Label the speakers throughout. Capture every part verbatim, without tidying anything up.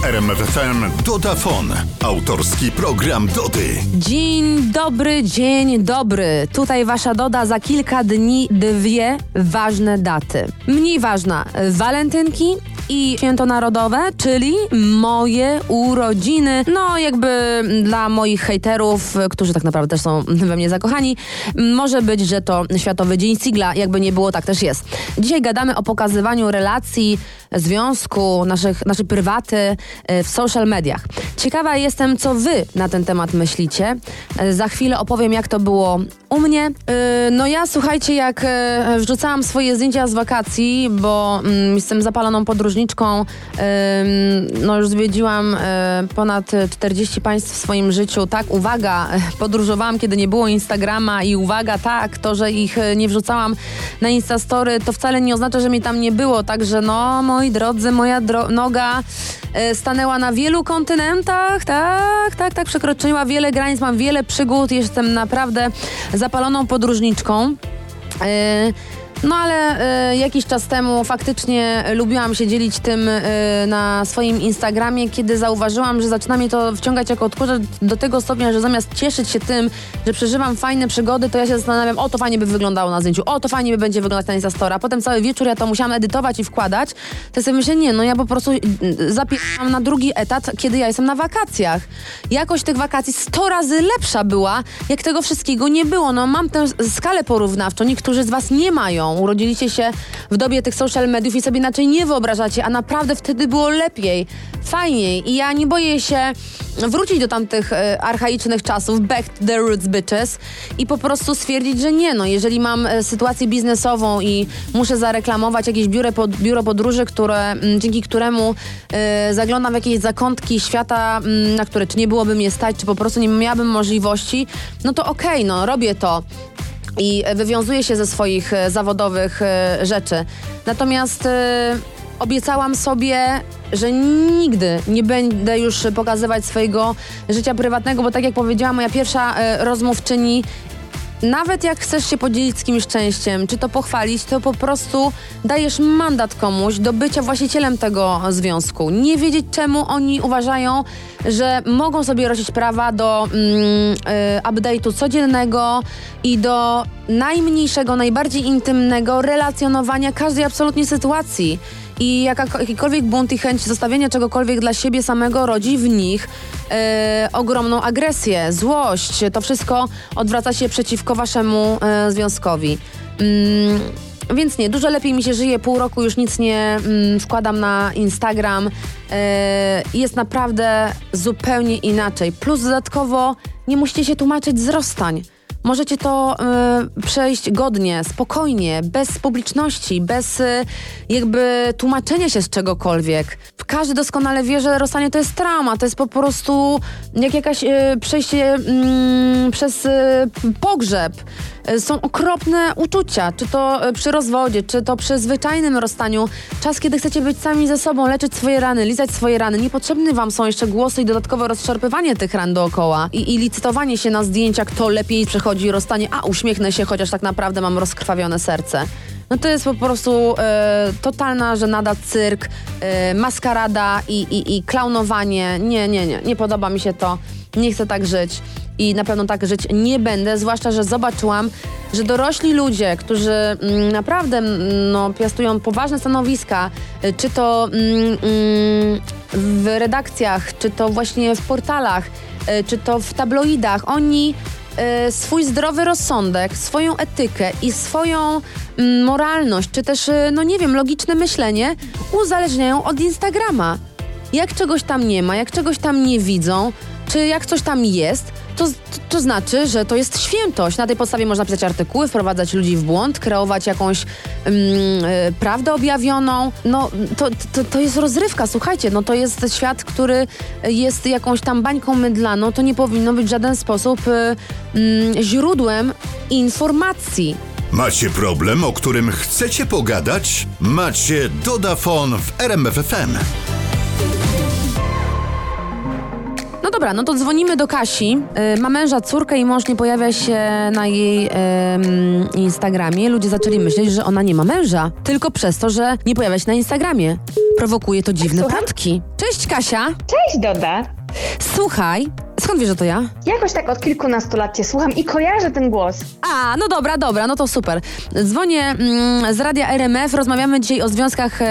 Speaker 1: R M F F M Dodafon. Autorski program Dody.
Speaker 2: Dzień dobry, dzień dobry. Tutaj wasza Doda, za kilka dni dwie ważne daty. Mniej ważna, walentynki i święto narodowe, czyli moje urodziny. No jakby dla moich hejterów, którzy tak naprawdę też są we mnie zakochani, może być, że to Światowy Dzień Singla. Jakby nie było, tak też jest. Dzisiaj gadamy o pokazywaniu relacji, związku, naszych, naszej prywaty w social mediach. Ciekawa jestem, co wy na ten temat myślicie. Za chwilę opowiem, jak to było u mnie. No ja, słuchajcie, jak wrzucałam swoje zdjęcia z wakacji, bo jestem zapaloną podróżniczką, no już zwiedziłam ponad czterdzieści państw w swoim życiu. Tak, uwaga, podróżowałam, kiedy nie było Instagrama i uwaga, tak, to, że ich nie wrzucałam na Instastory, to wcale nie oznacza, że mnie tam nie było. Także no, moi drodzy, moja dro- noga stanęła na wielu kontynentach, tak, tak, tak, przekroczyła wiele granic, mam wiele przygód, jestem naprawdę zapaloną podróżniczką. Yy, No ale y, jakiś czas temu faktycznie lubiłam się dzielić tym y, na swoim Instagramie, kiedy zauważyłam, że zaczyna mnie to wciągać jako odkurzacz do tego stopnia, że zamiast cieszyć się tym, że przeżywam fajne przygody, to ja się zastanawiam, o to fajnie by wyglądało na zdjęciu, o to fajnie by będzie wyglądać na Instastora. Potem cały wieczór ja to musiałam edytować i wkładać. To sobie myślę, nie, no ja po prostu zapisałam na drugi etat, kiedy ja jestem na wakacjach. Jakość tych wakacji sto razy lepsza była, jak tego wszystkiego nie było. No mam tę skalę porównawczą, niektórzy z was nie mają. Urodziliście się w dobie tych social mediów i sobie inaczej nie wyobrażacie, a naprawdę wtedy było lepiej, fajniej. I ja nie boję się wrócić do tamtych e, archaicznych czasów, back to the roots, bitches, i po prostu stwierdzić, że nie, no, jeżeli mam e, sytuację biznesową i muszę zareklamować jakieś biuro, pod, biuro podróży, które, m, dzięki któremu e, zaglądam w jakieś zakątki świata, m, na które czy nie byłoby mnie stać, czy po prostu nie miałabym możliwości, no to okej, okay, no, robię to. I wywiązuję się ze swoich e, zawodowych e, rzeczy. Natomiast e, obiecałam sobie, że nigdy nie będę już pokazywać swojego życia prywatnego, bo tak jak powiedziała moja pierwsza e, rozmówczyni, nawet jak chcesz się podzielić z kimś szczęściem, czy to pochwalić, to po prostu dajesz mandat komuś do bycia właścicielem tego związku. Nie wiedzieć, czemu oni uważają, że mogą sobie rościć prawa do mm, y, update'u codziennego i do najmniejszego, najbardziej intymnego relacjonowania każdej absolutnie sytuacji. I jaka, jakikolwiek bunt i chęć zostawienia czegokolwiek dla siebie samego rodzi w nich e, ogromną agresję, złość. To wszystko odwraca się przeciwko waszemu e, związkowi. Mm, więc nie, dużo lepiej mi się żyje. Pół roku już nic nie mm, wkładam na Instagram. E, jest naprawdę zupełnie inaczej. Plus dodatkowo nie musicie się tłumaczyć z rozstań. Możecie to y, przejść godnie, spokojnie, bez publiczności, bez y, jakby tłumaczenia się z czegokolwiek. Każdy doskonale wie, że rozstanie to jest trauma, to jest po prostu jak jakaś y, przejście y, przez y, pogrzeb. Y, są okropne uczucia, czy to y, przy rozwodzie, czy to przy zwyczajnym rozstaniu. Czas, kiedy chcecie być sami ze sobą, leczyć swoje rany, lizać swoje rany. Niepotrzebne wam są jeszcze głosy i dodatkowe rozszarpywanie tych ran dookoła i, i licytowanie się na zdjęcia, kto lepiej przechodzi rozstanie, a uśmiechnę się, chociaż tak naprawdę mam rozkrwawione serce. No to jest po prostu e, totalna żenada, cyrk, e, maskarada i, i, i klaunowanie. Nie, nie, nie, nie podoba mi się to. Nie chcę tak żyć i na pewno tak żyć nie będę, zwłaszcza, że zobaczyłam, że dorośli ludzie, którzy mm, naprawdę mm, no, piastują poważne stanowiska, y, czy to mm, mm, w redakcjach, czy to właśnie w portalach, y, czy to w tabloidach, oni y, swój zdrowy rozsądek, swoją etykę i swoją mm, moralność, czy też, y, no nie wiem, logiczne myślenie uzależniają od Instagrama. Jak czegoś tam nie ma, jak czegoś tam nie widzą, czy jak coś tam jest, to, to, to znaczy, że to jest świętość. Na tej podstawie można pisać artykuły, wprowadzać ludzi w błąd, kreować jakąś ym, y, prawdę objawioną. No, to, to, to jest rozrywka, słuchajcie, no to jest świat, który jest jakąś tam bańką mydlaną. To nie powinno być w żaden sposób y, y, źródłem informacji.
Speaker 1: Macie problem, o którym chcecie pogadać? Macie Dodafon w R M F F M.
Speaker 2: No dobra, no to dzwonimy do Kasi. Yy, ma męża, córkę i mąż nie pojawia się na jej yy, Instagramie. Ludzie zaczęli myśleć, że ona nie ma męża. Tylko przez to, że nie pojawia się na Instagramie. Prowokuje to dziwne
Speaker 3: Słucham?
Speaker 2: plotki. Cześć, Kasia.
Speaker 3: Cześć, Doda.
Speaker 2: Słuchaj, skąd wiesz, że to ja?
Speaker 3: Jakoś tak od kilkunastu lat cię słucham i kojarzę ten głos.
Speaker 2: A, no dobra, dobra, no to super. Dzwonię mm, z Radia R M F, rozmawiamy dzisiaj o związkach e,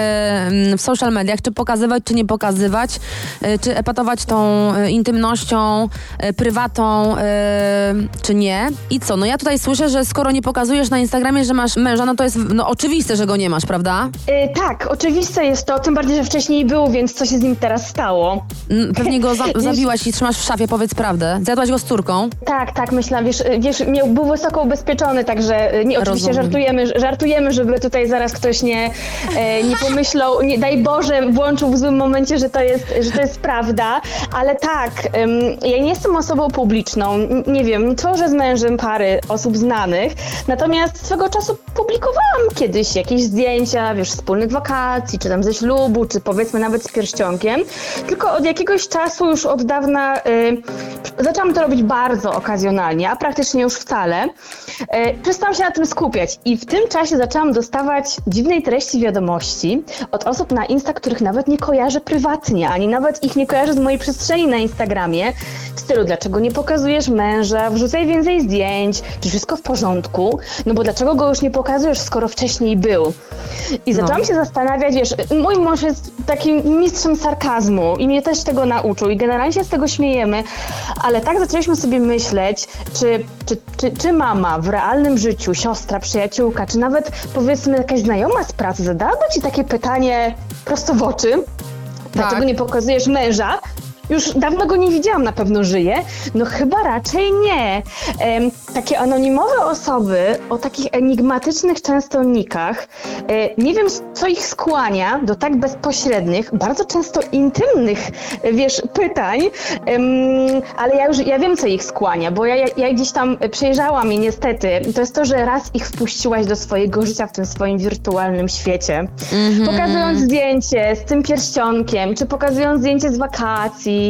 Speaker 2: w social mediach, czy pokazywać, czy nie pokazywać, e, czy epatować tą e, intymnością, e, prywatą, e, czy nie. I co, no ja tutaj słyszę, że skoro nie pokazujesz na Instagramie, że masz męża, no to jest no, oczywiste, że go nie masz, prawda?
Speaker 3: Yy, tak, oczywiste jest to, tym bardziej, że wcześniej był, więc co się z nim teraz stało?
Speaker 2: Mm, Pewnie go za- zabiłaś i trzymasz w szafie, powiedz prawdę. Zjadłaś go z córką?
Speaker 3: Tak, tak, myślę, wiesz, wiesz miał, był wysoko ubezpieczony, także nie, oczywiście
Speaker 2: Rozumiem.
Speaker 3: żartujemy, żartujemy, żeby tutaj zaraz ktoś nie, e, nie pomyślał, nie, daj Boże, włączył w złym momencie, że to jest, że to jest prawda, ale tak, ym, ja nie jestem osobą publiczną, n- nie wiem, nie tworzę z mężem pary osób znanych, natomiast swego czasu publikowałam kiedyś jakieś zdjęcia, wiesz, wspólnych wakacji, czy tam ze ślubu, czy powiedzmy nawet z pierścionkiem, tylko od jakiegoś czasu, już od dawna y, zaczęłam to robić bardzo okazjonalnie, a praktycznie już wcale. E, przestałam się na tym skupiać i w tym czasie zaczęłam dostawać dziwnej treści wiadomości od osób na Insta, których nawet nie kojarzę prywatnie, ani nawet ich nie kojarzę z mojej przestrzeni na Instagramie, w stylu dlaczego nie pokazujesz męża, wrzucaj więcej zdjęć, czy wszystko w porządku, no bo dlaczego go już nie pokazujesz, skoro wcześniej był. I zaczęłam
Speaker 2: No.
Speaker 3: się zastanawiać, wiesz, mój mąż jest takim mistrzem sarkazmu i mnie też tego nauczył i generalnie się z tego śmiejemy, ale tak zaczęliśmy sobie myśleć, czy, czy, czy, czy mama w realnym życiu, siostra, przyjaciółka, czy nawet powiedzmy jakaś znajoma z pracy zadała ci takie pytanie prosto w oczy, dlaczego nie pokazujesz męża? Już dawno go nie widziałam, na pewno żyje. No chyba raczej nie. Em, takie anonimowe osoby o takich enigmatycznych częstownikach, e, nie wiem co ich skłania do tak bezpośrednich, bardzo często intymnych, e, wiesz, pytań, em, ale ja już, ja wiem co ich skłania, bo ja, ja, ja gdzieś tam przejrzałam i niestety, to jest to, że raz ich wpuściłaś do swojego życia w tym swoim wirtualnym świecie. Mm-hmm. Pokazując zdjęcie z tym pierścionkiem, czy pokazując zdjęcie z wakacji,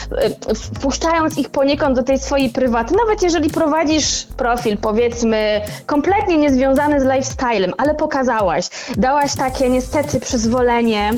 Speaker 3: wpuszczając ich poniekąd do tej swojej prywaty, nawet jeżeli prowadzisz profil, powiedzmy, kompletnie niezwiązany z lifestylem, ale pokazałaś, dałaś takie niestety przyzwolenie.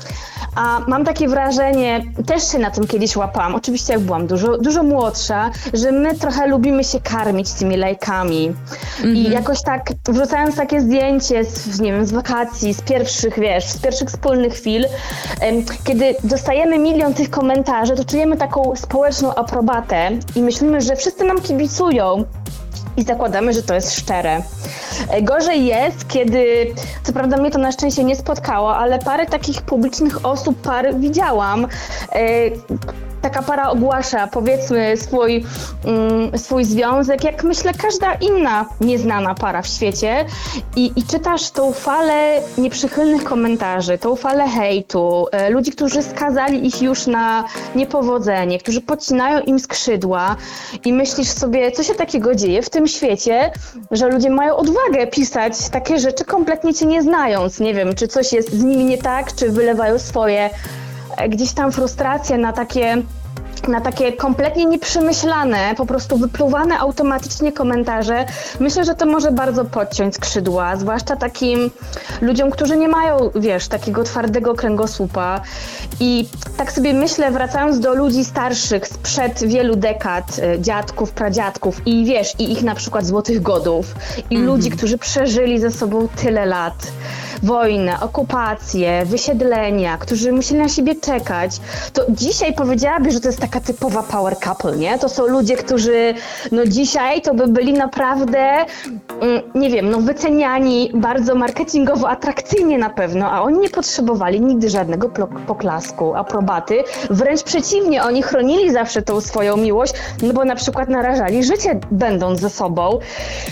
Speaker 3: A mam takie wrażenie, też się na tym kiedyś łapałam, oczywiście jak byłam dużo, dużo młodsza, że my trochę lubimy się karmić tymi lajkami. Mm-hmm. I jakoś tak wrzucając takie zdjęcie z, nie wiem, z wakacji, z pierwszych, wiesz, z pierwszych wspólnych chwil, em, kiedy dostajemy milion tych komentarzy, to czujemy taką społeczną aprobatę i myślimy, że wszyscy nam kibicują. I zakładamy, że to jest szczere. Gorzej jest, kiedy, co prawda mnie to na szczęście nie spotkało, ale parę takich publicznych osób, par widziałam. E, taka para ogłasza, powiedzmy, swój, mm, swój związek, jak myślę każda inna nieznana para w świecie i, i czytasz tą falę nieprzychylnych komentarzy, tą falę hejtu, e, ludzi, którzy skazali ich już na niepowodzenie, którzy podcinają im skrzydła i myślisz sobie, co się takiego dzieje w tym świecie, że ludzie mają odwagę pisać takie rzeczy kompletnie cię nie znając. Nie wiem, czy coś jest z nimi nie tak, czy wylewają swoje e, gdzieś tam frustracje na takie na takie kompletnie nieprzemyślane, po prostu wypluwane automatycznie komentarze. Myślę, że to może bardzo podciąć skrzydła, zwłaszcza takim ludziom, którzy nie mają, wiesz, takiego twardego kręgosłupa. I tak sobie myślę, wracając do ludzi starszych sprzed wielu dekad, dziadków, pradziadków i wiesz, i ich na przykład złotych godów i mm-hmm. ludzi, którzy przeżyli ze sobą tyle lat. Wojnę, okupację, wysiedlenia, którzy musieli na siebie czekać, to dzisiaj powiedziałaby, że to jest taka typowa power couple, nie? To są ludzie, którzy no dzisiaj to by byli naprawdę, mm, nie wiem, no wyceniani bardzo marketingowo, atrakcyjnie na pewno, a oni nie potrzebowali nigdy żadnego plo- poklasku, aprobaty, wręcz przeciwnie, oni chronili zawsze tą swoją miłość, no bo na przykład narażali życie będąc ze sobą.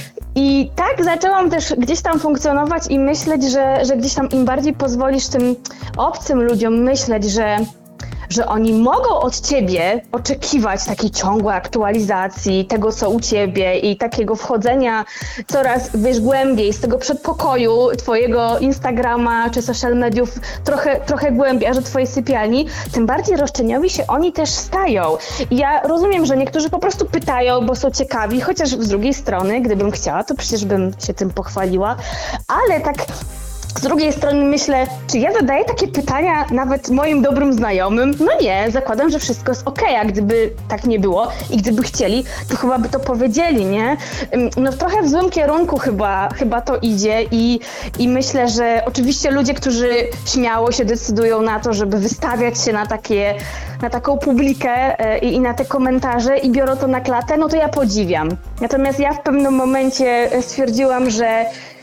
Speaker 3: I tak zaczęłam też gdzieś tam funkcjonować i myśleć, że, że gdzieś tam im bardziej pozwolisz tym obcym ludziom myśleć, że że oni mogą od ciebie oczekiwać takiej ciągłej aktualizacji tego, co u ciebie i takiego wchodzenia coraz, wiesz, głębiej z tego przedpokoju twojego Instagrama czy social mediów trochę, trochę głębiej, aż do twojej sypialni, tym bardziej roszczeniowi się oni też stają. I ja rozumiem, że niektórzy po prostu pytają, bo są ciekawi, chociaż z drugiej strony, gdybym chciała, to przecież bym się tym pochwaliła, ale tak z drugiej strony myślę, czy ja zadaję takie pytania nawet moim dobrym znajomym? No nie, zakładam, że wszystko jest okej, a gdyby tak nie było i gdyby chcieli, to chyba by to powiedzieli, nie? No trochę w złym kierunku chyba, chyba to idzie i, i myślę, że oczywiście ludzie, którzy śmiało się decydują na to, żeby wystawiać się na takie, na taką publikę i, i na te komentarze i biorą to na klatę, no to ja podziwiam. Natomiast ja w pewnym momencie stwierdziłam, że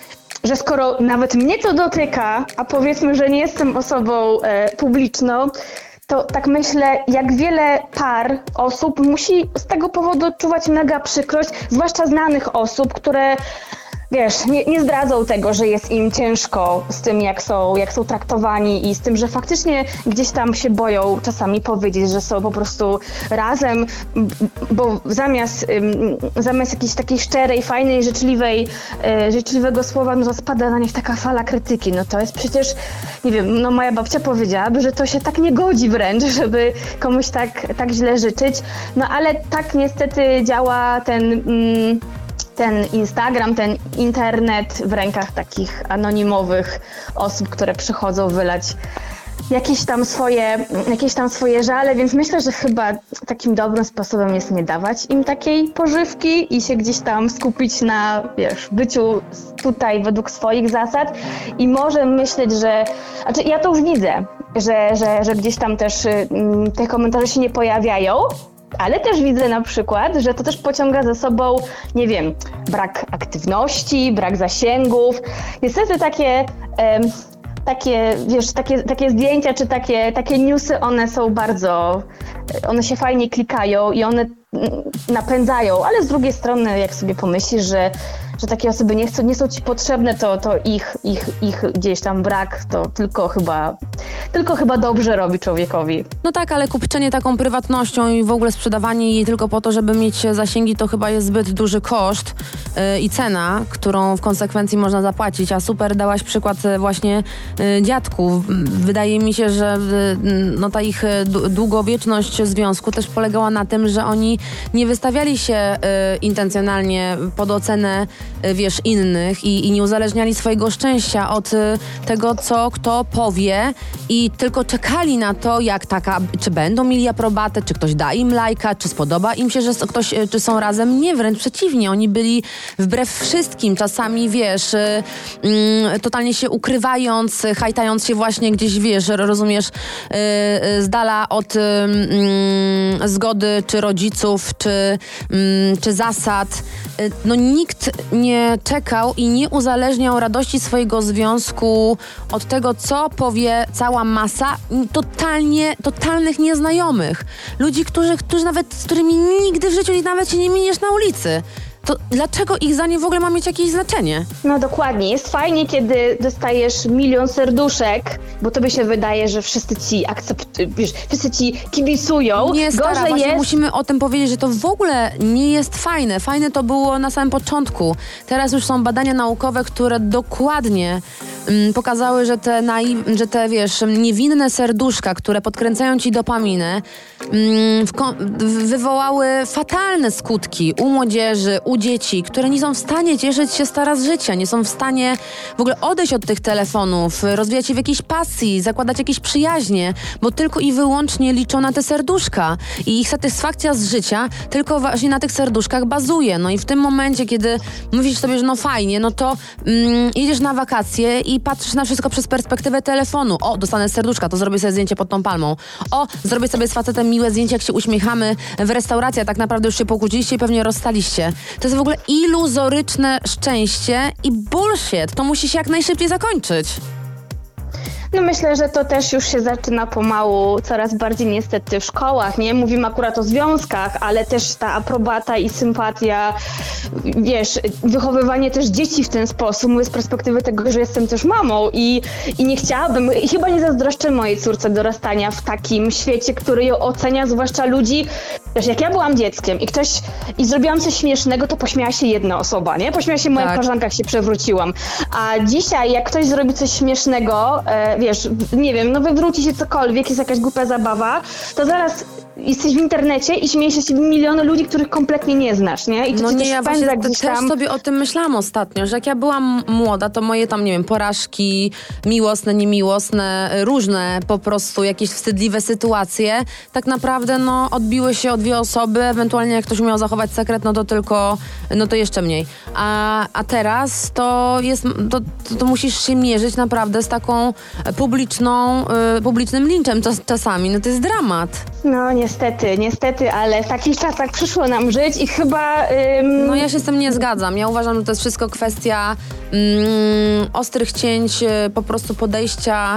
Speaker 3: że skoro nawet mnie to dotyka, a powiedzmy, że nie jestem osobą e, publiczną, to tak myślę, jak wiele par, osób musi z tego powodu odczuwać mega przykrość, zwłaszcza znanych osób, które, wiesz, nie, nie zdradzą tego, że jest im ciężko z tym, jak są, jak są traktowani i z tym, że faktycznie gdzieś tam się boją czasami powiedzieć, że są po prostu razem, bo zamiast, zamiast jakiejś takiej szczerej, fajnej, życzliwej, życzliwego słowa, no to spada na nich taka fala krytyki. No to jest przecież, nie wiem, no moja babcia powiedziałaby, że to się tak nie godzi wręcz, żeby komuś tak, tak źle życzyć. No ale tak niestety działa ten... Mm, ten Instagram, ten internet w rękach takich anonimowych osób, które przychodzą wylać jakieś tam swoje, jakieś tam swoje żale, więc myślę, że chyba takim dobrym sposobem jest nie dawać im takiej pożywki i się gdzieś tam skupić na, wiesz, byciu tutaj według swoich zasad i może myśleć, że, znaczy ja to już widzę, że, że, że gdzieś tam też y, te komentarze się nie pojawiają, ale też widzę na przykład, że to też pociąga za sobą, nie wiem, brak aktywności, brak zasięgów. Niestety takie, em, takie, wiesz, takie, takie zdjęcia czy takie, takie newsy, one są bardzo, one się fajnie klikają i one napędzają, ale z drugiej strony, jak sobie pomyślisz, że, że takie osoby nie, chcą, nie są ci potrzebne, to, to ich, ich, ich gdzieś tam brak, to tylko chyba, tylko chyba dobrze robi człowiekowi.
Speaker 2: No tak, ale kupczenie taką prywatnością i w ogóle sprzedawanie jej tylko po to, żeby mieć zasięgi, to chyba jest zbyt duży koszt yy, i cena, którą w konsekwencji można zapłacić. A super dałaś przykład właśnie yy, dziadków. Wydaje mi się, że yy, no, ta ich d- długowieczność związku też polegała na tym, że oni nie wystawiali się y, intencjonalnie pod ocenę, y, wiesz, innych i, i nie uzależniali swojego szczęścia od y, tego, co kto powie i tylko czekali na to, jak taka, czy będą mieli aprobatę, czy ktoś da im lajka, czy spodoba im się, że ktoś, y, czy są razem. Nie, wręcz przeciwnie. Oni byli wbrew wszystkim, czasami, wiesz, y, y, totalnie się ukrywając, y, hajtając się właśnie gdzieś, wiesz, rozumiesz, y, y, z dala od y, y, zgody, czy rodziców, czy, mm, czy zasad. No nikt nie czekał i nie uzależniał radości swojego związku od tego, co powie cała masa totalnie, totalnych nieznajomych. Ludzi, którzy, którzy nawet, z którymi nigdy w życiu nawet się nie miniesz na ulicy. To dlaczego ich zdanie w ogóle ma mieć jakieś znaczenie?
Speaker 3: No dokładnie. Jest fajnie, kiedy dostajesz milion serduszek, bo tobie się wydaje, że wszyscy ci akceptują, wiesz, wszyscy ci kibicują.
Speaker 2: Nie, stara,
Speaker 3: Gorzej
Speaker 2: właśnie
Speaker 3: jest...
Speaker 2: musimy o tym powiedzieć, że to w ogóle nie jest fajne. Fajne to było na samym początku. Teraz już są badania naukowe, które dokładnie mm, pokazały, że te, naiw- że te, wiesz, niewinne serduszka, które podkręcają ci dopaminę, mm, w ko- wywołały fatalne skutki u młodzieży, u dzieci, które nie są w stanie cieszyć się stara z życia, nie są w stanie w ogóle odejść od tych telefonów, rozwijać się w jakiejś pasji, zakładać jakieś przyjaźnie, bo tylko i wyłącznie liczą na te serduszka i ich satysfakcja z życia tylko właśnie na tych serduszkach bazuje. No i w tym momencie, kiedy mówisz sobie, że no fajnie, no to mm, jedziesz na wakacje i patrzysz na wszystko przez perspektywę telefonu. O, dostanę serduszka, to zrobię sobie zdjęcie pod tą palmą. O, zrobię sobie z facetem miłe zdjęcie, jak się uśmiechamy w restauracji, a tak naprawdę już się pokłóciliście i pewnie rozstaliście. To jest w ogóle iluzoryczne szczęście i bullshit. To musi się jak najszybciej zakończyć.
Speaker 3: No myślę, że to też już się zaczyna pomału coraz bardziej niestety w szkołach, nie? Mówimy akurat o związkach, ale też ta aprobata i sympatia, wiesz, wychowywanie też dzieci w ten sposób, mówię z perspektywy tego, że jestem też mamą i, i nie chciałabym, i chyba nie zazdroszczę mojej córce dorastania w takim świecie, który ją ocenia, zwłaszcza ludzi, wiesz, jak ja byłam dzieckiem i ktoś, i zrobiłam coś śmiesznego, to pośmiała się jedna osoba, nie? Pośmiała się moja
Speaker 2: Tak.
Speaker 3: koleżanka, jak się przewróciłam. A dzisiaj, jak ktoś zrobi coś śmiesznego, e, wiesz, nie wiem, no wywróci się cokolwiek, jest jakaś głupia zabawa, to zaraz jesteś w internecie i śmieje się z ciebie miliony ludzi, których kompletnie nie znasz, nie? I to
Speaker 2: No
Speaker 3: ci
Speaker 2: nie,
Speaker 3: też
Speaker 2: ja
Speaker 3: pędza
Speaker 2: właśnie
Speaker 3: gdzieś
Speaker 2: też
Speaker 3: tam.
Speaker 2: sobie o tym myślałam ostatnio, że jak ja byłam młoda, to moje tam, nie wiem, porażki miłosne, niemiłosne, różne po prostu jakieś wstydliwe sytuacje, tak naprawdę no odbiły się o dwie osoby, ewentualnie jak ktoś miał zachować sekret, no to tylko, no to jeszcze mniej. A, a teraz to jest, to, to, to musisz się mierzyć naprawdę z taką publiczną, y, publicznym linczem czas, czasami, no to jest dramat.
Speaker 3: No niestety, niestety, ale w takich czasach przyszło nam żyć i chyba... Ym...
Speaker 2: No ja się z tym nie zgadzam. Ja uważam, że to jest wszystko kwestia mm, ostrych cięć, y, po prostu podejścia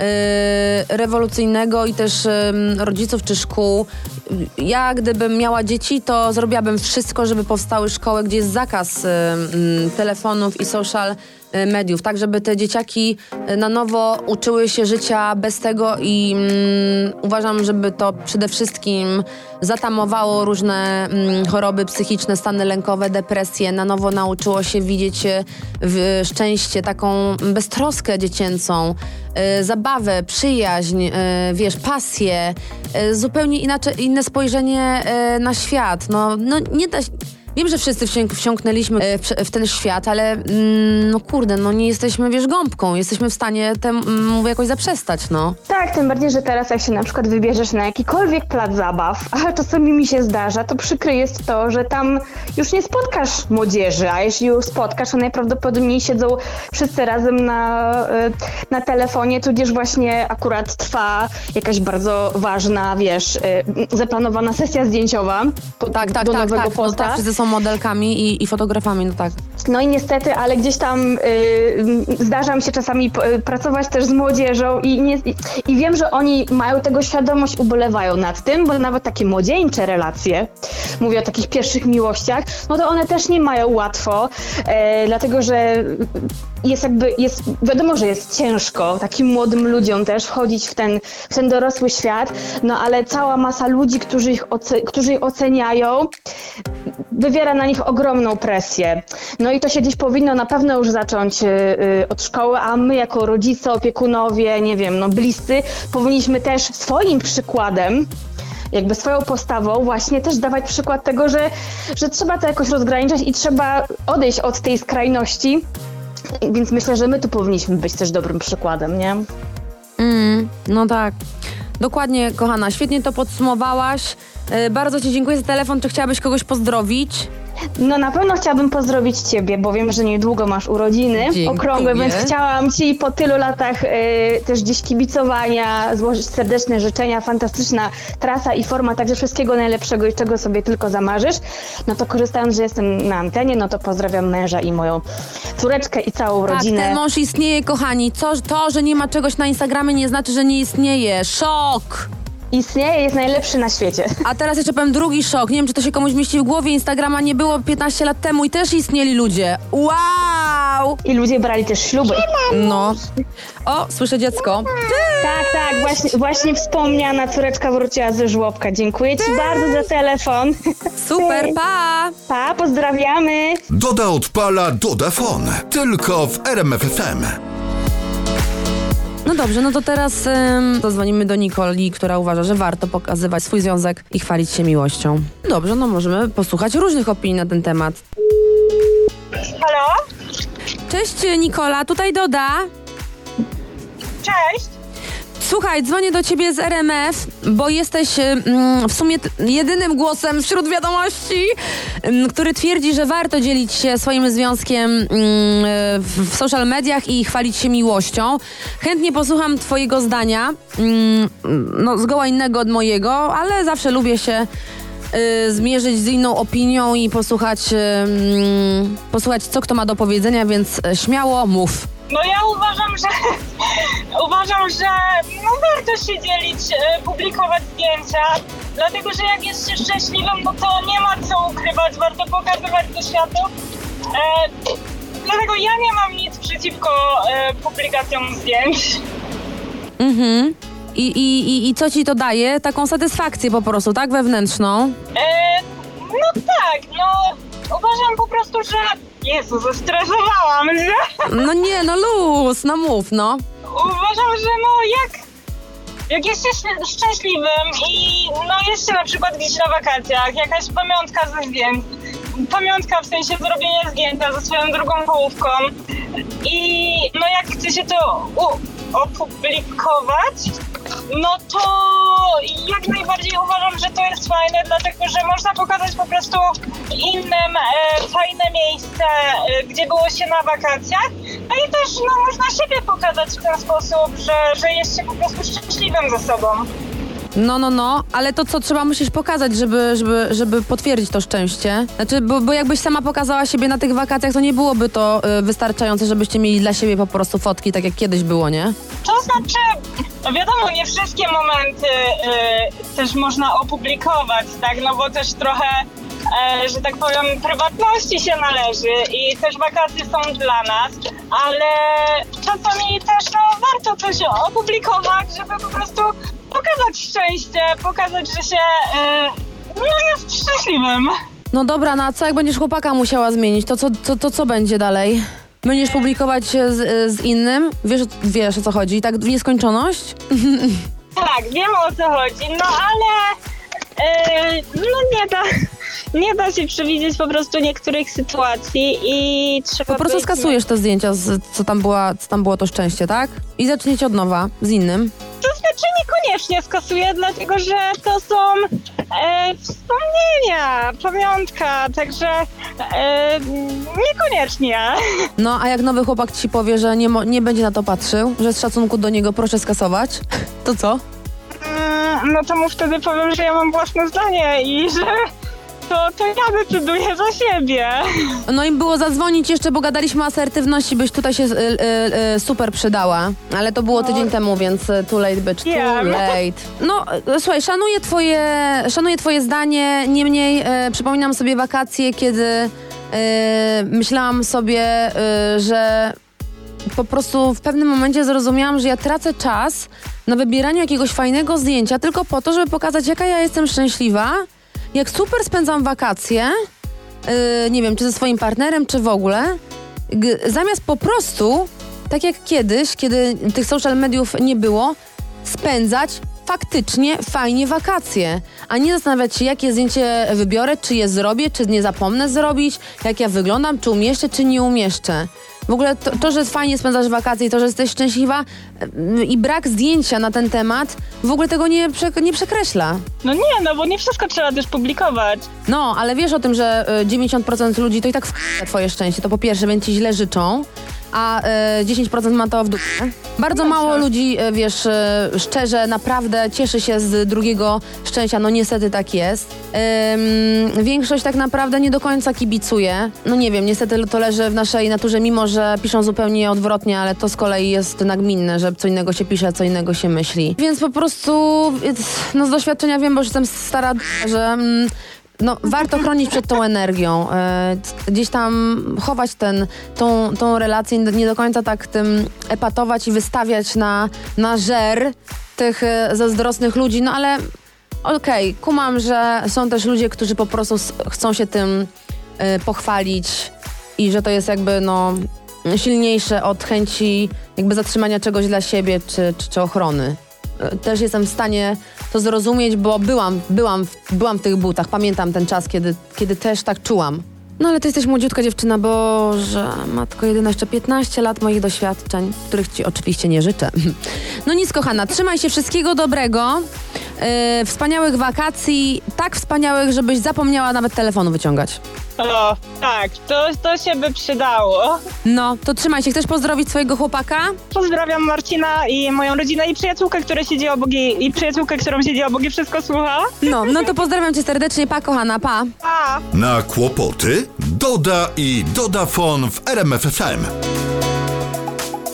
Speaker 2: y, rewolucyjnego i też y, rodziców czy szkół. Ja gdybym miała dzieci, to zrobiłabym wszystko, żeby powstały szkoły, gdzie jest zakaz y, y, telefonów i social mediów, tak żeby te dzieciaki na nowo uczyły się życia bez tego i mm, uważam, żeby to przede wszystkim zatamowało różne mm, choroby psychiczne, stany lękowe, depresje, na nowo nauczyło się widzieć w szczęście, taką beztroskę dziecięcą, y, zabawę, przyjaźń, y, wiesz, pasję, y, zupełnie inaczej, inne spojrzenie y, na świat. No, no nie da się... Wiem, że wszyscy wsiąk- wsiąknęliśmy w, w ten świat, ale mm, no kurde, no nie jesteśmy, wiesz, gąbką. Jesteśmy w stanie temu mm, jakoś zaprzestać, no.
Speaker 3: Tak, tym bardziej, że teraz jak się na przykład wybierzesz na jakikolwiek plac zabaw, a czasami mi się zdarza, to przykre jest to, że tam już nie spotkasz młodzieży, a jeśli już spotkasz, to najprawdopodobniej siedzą wszyscy razem na, na telefonie, tudzież właśnie akurat trwa jakaś bardzo ważna, wiesz, zaplanowana sesja zdjęciowa po,
Speaker 2: Tak, tak,
Speaker 3: do
Speaker 2: tak,
Speaker 3: nowego
Speaker 2: tak. No,
Speaker 3: posta.
Speaker 2: tak, wszyscy są modelkami i, i fotografami, no tak.
Speaker 3: No i niestety, ale gdzieś tam y, zdarza mi się czasami p- pracować też z młodzieżą i, nie, i, i wiem, że oni mają tego świadomość, ubolewają nad tym, bo nawet takie młodzieńcze relacje, mówię o takich pierwszych miłościach, no to one też nie mają łatwo, e, dlatego że jest jakby, jest, wiadomo, że jest ciężko takim młodym ludziom też wchodzić w ten, w ten dorosły świat, no ale cała masa ludzi, którzy ich, oce, którzy ich oceniają, wywiera na nich ogromną presję. No i to się gdzieś powinno na pewno już zacząć y, y, od szkoły, a my jako rodzice, opiekunowie, nie wiem, no bliscy, powinniśmy też swoim przykładem, jakby swoją postawą właśnie też dawać przykład tego, że, że trzeba to jakoś rozgraniczać i trzeba odejść od tej skrajności. Więc myślę, że my tu powinniśmy być też dobrym przykładem, nie?
Speaker 2: Mm, no tak. Dokładnie, kochana, świetnie to podsumowałaś. Yy, bardzo ci dziękuję za telefon. Czy chciałabyś kogoś pozdrowić?
Speaker 3: No na pewno chciałabym pozdrowić ciebie, bo wiem, że niedługo masz urodziny
Speaker 2: Dziękuję.
Speaker 3: okrągłe, więc chciałam ci po tylu latach y, też gdzieś kibicowania złożyć serdeczne życzenia, fantastyczna trasa i forma, także wszystkiego najlepszego i czego sobie tylko zamarzysz. No to korzystając, że jestem na antenie, no to pozdrawiam męża i moją córeczkę i całą rodzinę.
Speaker 2: Tak, ten mąż istnieje, kochani. Co, to, że nie ma czegoś na Instagramie, nie znaczy, że nie istnieje. Szok!
Speaker 3: Istnieje, jest najlepszy na świecie.
Speaker 2: A teraz jeszcze powiem drugi szok. Nie wiem, czy to się komuś mieści w głowie. Instagrama nie było piętnaście lat temu i też istnieli ludzie. Wow!
Speaker 3: I ludzie brali też śluby.
Speaker 2: No. O, słyszę dziecko.
Speaker 3: Tak, tak, właśnie, właśnie wspomniana córeczka wróciła ze żłobka. Dziękuję ci bardzo za telefon.
Speaker 2: Super, pa!
Speaker 3: Pa, pozdrawiamy.
Speaker 1: Doda odpala Dodafon. Tylko w R M F F M.
Speaker 2: No dobrze, no to teraz ym, zadzwonimy do Nikoli, która uważa, że warto pokazywać swój związek i chwalić się miłością. Dobrze, no możemy posłuchać różnych opinii na ten temat.
Speaker 4: Halo?
Speaker 2: Cześć Nikola, tutaj Doda.
Speaker 4: Cześć.
Speaker 2: Słuchaj, dzwonię do ciebie z R M F, bo jesteś mm, w sumie t- jedynym głosem wśród wiadomości, mm, który twierdzi, że warto dzielić się swoim związkiem mm, w, w social mediach i chwalić się miłością. Chętnie posłucham twojego zdania, mm, no zgoła innego od mojego, ale zawsze lubię się y, zmierzyć z inną opinią i posłuchać, y, posłuchać, co kto ma do powiedzenia, więc śmiało mów.
Speaker 4: No ja uważam, że uważam, że no warto się dzielić, e, publikować zdjęcia, dlatego że jak jest się szczęśliwym, no to nie ma co ukrywać, warto pokazywać to światu. E, dlatego ja nie mam nic przeciwko e, publikacjom zdjęć.
Speaker 2: Mhm. I, i, i, I co ci to daje? Taką satysfakcję po prostu, tak? Wewnętrzną?
Speaker 4: E, no tak, no uważam po prostu, że... Jezu, zestresowałam się.
Speaker 2: No nie, no luz, no mów, no.
Speaker 4: Uważam, że no jak, jak jest się szczę- szczęśliwym i no jest się na przykład gdzieś na wakacjach, jakaś pamiątka ze zdjęć, pamiątka w sensie zrobienia zdjęcia ze swoją drugą połówką i no jak chce się to u- opublikować, no to jak najbardziej uważam, że to jest fajne, dlatego że można pokazać po prostu innym e, fajne miejsce, e, gdzie było się na wakacjach, no i też no, można siebie pokazać w ten sposób, że, że jest się po prostu szczęśliwym ze sobą.
Speaker 2: No, no, no, ale to co trzeba musisz pokazać, żeby, żeby, żeby potwierdzić to szczęście? Znaczy, bo, bo jakbyś sama pokazała siebie na tych wakacjach, to nie byłoby to y, wystarczające, żebyście mieli dla siebie po prostu fotki, tak jak kiedyś było, nie?
Speaker 4: To znaczy, no wiadomo, nie wszystkie momenty y, też można opublikować, tak, no bo też trochę, e, że tak powiem, prywatności się należy i też wakacje są dla nas, ale czasami też no, warto coś opublikować, żeby po prostu pokazać szczęście, pokazać, że się y, no, jest szczęśliwym.
Speaker 2: No dobra, no a co jak będziesz chłopaka musiała zmienić? To co, to, to co będzie dalej? Będziesz publikować się z, z innym? Wiesz, wiesz o co chodzi? Tak w nieskończoność?
Speaker 4: Tak, wiem o co chodzi, no ale yy, no nie da, nie da się przewidzieć po prostu niektórych sytuacji i trzeba
Speaker 2: Po prostu
Speaker 4: być...
Speaker 2: skasujesz te zdjęcia, z, co, tam była, co tam było to szczęście, tak? I zaczniecie od nowa, z innym.
Speaker 4: To znaczy niekoniecznie skasuję, dlatego że to są e, wspomnienia, pamiątka, także e, niekoniecznie.
Speaker 2: No, a jak nowy chłopak ci powie, że nie, mo- nie będzie na to patrzył, że z szacunku do niego proszę skasować, to co?
Speaker 4: Mm, no to mu wtedy powiem, że ja mam własne zdanie i że to, to ja decyduję za siebie.
Speaker 2: No i było zadzwonić jeszcze, bo gadaliśmy o asertywności, byś tutaj się y, y, y, super przydała. Ale to było tydzień temu, więc y, too late bitch, too
Speaker 4: Wiem.
Speaker 2: late. No, y, słuchaj, szanuję twoje, szanuję twoje zdanie, niemniej y, przypominam sobie wakacje, kiedy y, myślałam sobie, y, że po prostu w pewnym momencie zrozumiałam, że ja tracę czas na wybieraniu jakiegoś fajnego zdjęcia tylko po to, żeby pokazać, jaka ja jestem szczęśliwa, jak super spędzam wakacje, yy, nie wiem, czy ze swoim partnerem, czy w ogóle, g- zamiast po prostu, tak jak kiedyś, kiedy tych social mediów nie było, spędzać faktycznie fajnie wakacje, a nie zastanawiać się, jakie zdjęcie wybiorę, czy je zrobię, czy nie zapomnę zrobić, jak ja wyglądam, czy umieszczę, czy nie umieszczę. W ogóle to, to, że fajnie spędzasz wakacje i to, że jesteś szczęśliwa yy, i brak zdjęcia na ten temat w ogóle tego nie, prze- nie przekreśla.
Speaker 4: No nie, no bo nie wszystko trzeba też publikować.
Speaker 2: No, ale wiesz o tym, że y, dziewięćdziesiąt procent ludzi to i tak w twoje szczęście. To po pierwsze, więc ci źle życzą, a y, dziesięć procent ma to w dupie. Bardzo mało ludzi, y, wiesz, y, szczerze, naprawdę cieszy się z drugiego szczęścia. No niestety tak jest. Ym, większość tak naprawdę nie do końca kibicuje. No nie wiem, niestety to leży w naszej naturze, mimo że piszą zupełnie odwrotnie, ale to z kolei jest nagminne, że co innego się pisze, co innego się myśli. Więc po prostu, y, no z doświadczenia wiem, bo już jestem stara, że... Mm, No, warto chronić przed tą energią, e, gdzieś tam chować ten, tą, tą relację, nie do końca tak tym epatować i wystawiać na, na żer tych e, zazdrosnych ludzi, no ale okej, okay, kumam, że są też ludzie, którzy po prostu s- chcą się tym e, pochwalić i że to jest jakby no silniejsze od chęci jakby zatrzymania czegoś dla siebie czy, czy, czy ochrony. Też jestem w stanie to zrozumieć, bo byłam, byłam, w, byłam w tych butach. Pamiętam ten czas, kiedy, kiedy też tak czułam. No ale ty jesteś młodziutka dziewczyna, Boże, matko jedyna, jeszcze piętnaście lat moich doświadczeń, których ci oczywiście nie życzę. No nic, kochana, trzymaj się, wszystkiego dobrego, yy, wspaniałych wakacji, tak wspaniałych, żebyś zapomniała nawet telefonu wyciągać.
Speaker 4: O, tak, to, to się by przydało.
Speaker 2: No, to trzymaj się. Chcesz pozdrowić swojego chłopaka?
Speaker 4: Pozdrawiam Marcina i moją rodzinę i przyjaciółkę, która siedzi obok jej, i przyjaciółkę, którą siedzi obok i wszystko słucha.
Speaker 2: No, no to pozdrawiam cię serdecznie, pa kochana, pa.
Speaker 4: Pa!
Speaker 1: Na kłopoty doda i Dodafon w R M F F M.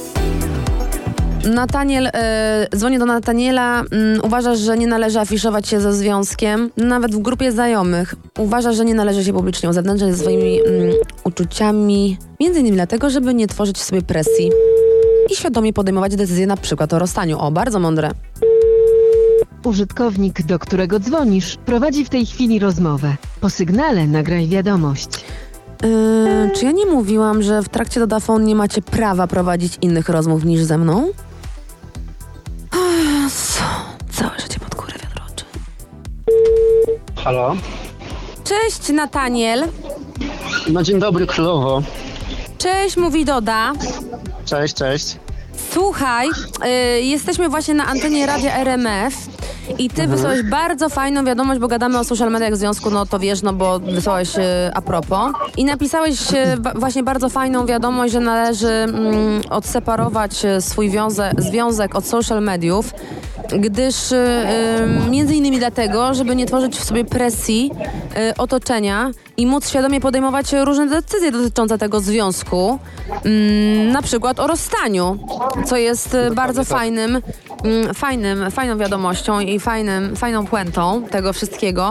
Speaker 2: Nataniel, e, dzwonię do Nataniela. Mm, uważasz, że nie należy afiszować się ze związkiem, nawet w grupie znajomych. Uważasz, że nie należy się publicznie uzewnętrzniać ze swoimi mm, uczuciami, między innymi dlatego, żeby nie tworzyć sobie presji i świadomie podejmować decyzje na przykład o rozstaniu. O, bardzo mądre.
Speaker 5: Użytkownik, do którego dzwonisz, prowadzi w tej chwili rozmowę. Po sygnale nagraj wiadomość.
Speaker 2: Yy, czy ja nie mówiłam, że w trakcie Dodafone nie macie prawa prowadzić innych rozmów niż ze mną? Ach, co? Całe życie pod górę wiadroczy.
Speaker 6: Halo?
Speaker 2: Cześć, Nataniel.
Speaker 6: No dzień dobry, królowo.
Speaker 2: Cześć, mówi Doda.
Speaker 6: Cześć, cześć.
Speaker 2: Słuchaj, y, jesteśmy właśnie na antenie Radia R M F i ty wysłałeś bardzo fajną wiadomość, bo gadamy o social mediach w związku, no to wiesz, no bo wysłałeś y, a propos. I napisałeś y, ba- właśnie bardzo fajną wiadomość, że należy mm, odseparować y, swój wiąze- związek od social mediów, gdyż y, y, między innymi dlatego, żeby nie tworzyć w sobie presji y, otoczenia i móc świadomie podejmować różne decyzje dotyczące tego związku, mm, na przykład o rozstaniu, co jest y, bardzo fajnym, mm, fajnym, fajną wiadomością i fajnym, fajną puentą tego wszystkiego.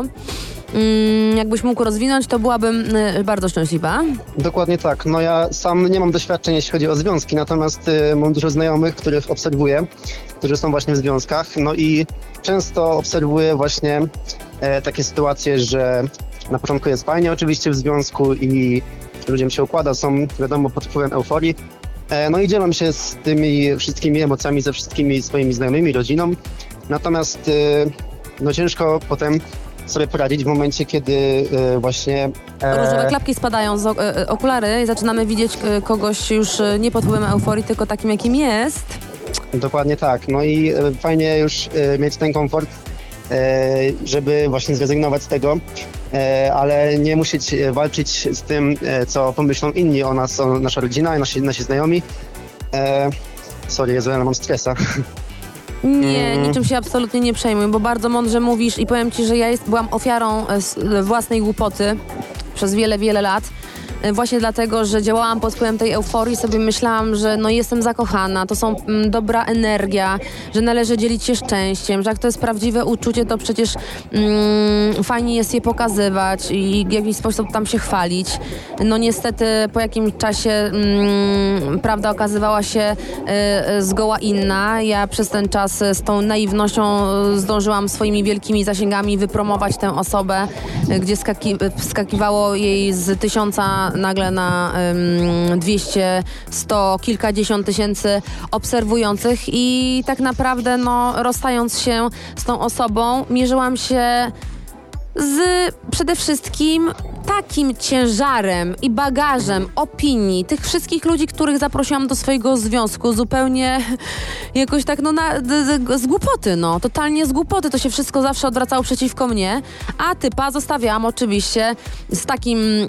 Speaker 2: Mm, jakbyś mógł rozwinąć, to byłabym y, bardzo szczęśliwa.
Speaker 6: Dokładnie tak. No ja sam nie mam doświadczeń, jeśli chodzi o związki, natomiast y, mam dużo znajomych, których obserwuję, którzy są właśnie w związkach. No i często obserwuję właśnie e, takie sytuacje, że na początku jest fajnie oczywiście w związku i ludziom się układa, są wiadomo pod wpływem euforii. E, no i dzielą się z tymi wszystkimi emocjami ze wszystkimi swoimi znajomymi, rodziną. Natomiast y, no ciężko potem sobie poradzić w momencie, kiedy e, właśnie... E,
Speaker 2: Różowe klapki spadają z o, e, okulary i zaczynamy widzieć e, kogoś już e, nie pod wpływem euforii, tylko takim, jakim jest.
Speaker 6: Dokładnie tak. No i e, fajnie już e, mieć ten komfort, e, żeby właśnie zrezygnować z tego, e, ale nie musieć e, walczyć z tym, e, co pomyślą inni o nas, o nasza rodzina, nasi, nasi znajomi. E, sorry, Jezu, ja mam stresa.
Speaker 2: Nie,
Speaker 6: Mm.
Speaker 2: niczym się absolutnie nie przejmuj, bo bardzo mądrze mówisz i powiem ci, że ja jest, byłam ofiarą e, s- własnej głupoty przez wiele, wiele lat. E, Właśnie dlatego, że działałam pod wpływem tej euforii, sobie myślałam, że no jestem zakochana, to są mm, dobra energia, że należy dzielić się szczęściem, że jak to jest prawdziwe uczucie, to przecież mm, fajnie jest je pokazywać i w jakiś sposób tam się chwalić. No niestety po jakimś czasie mm, prawda okazywała się e, e, zgoła inna. Ja przez ten czas e, z tą naiwnością e, zdążyłam swoimi wielkimi zasięgami wypromować tę osobę, e, gdzie skaki, e, wskakiwało jej z tysiąca nagle na em, dwieście, sto, kilkadziesiąt tysięcy obserwujących i tak naprawdę no rozstając się z tą osobą mierzyłam się z przede wszystkim takim ciężarem i bagażem opinii tych wszystkich ludzi, których zaprosiłam do swojego związku zupełnie jakoś tak no na, d, d, z głupoty, no. Totalnie z głupoty. To się wszystko zawsze odwracało przeciwko mnie, a typa zostawiałam oczywiście z takim mm,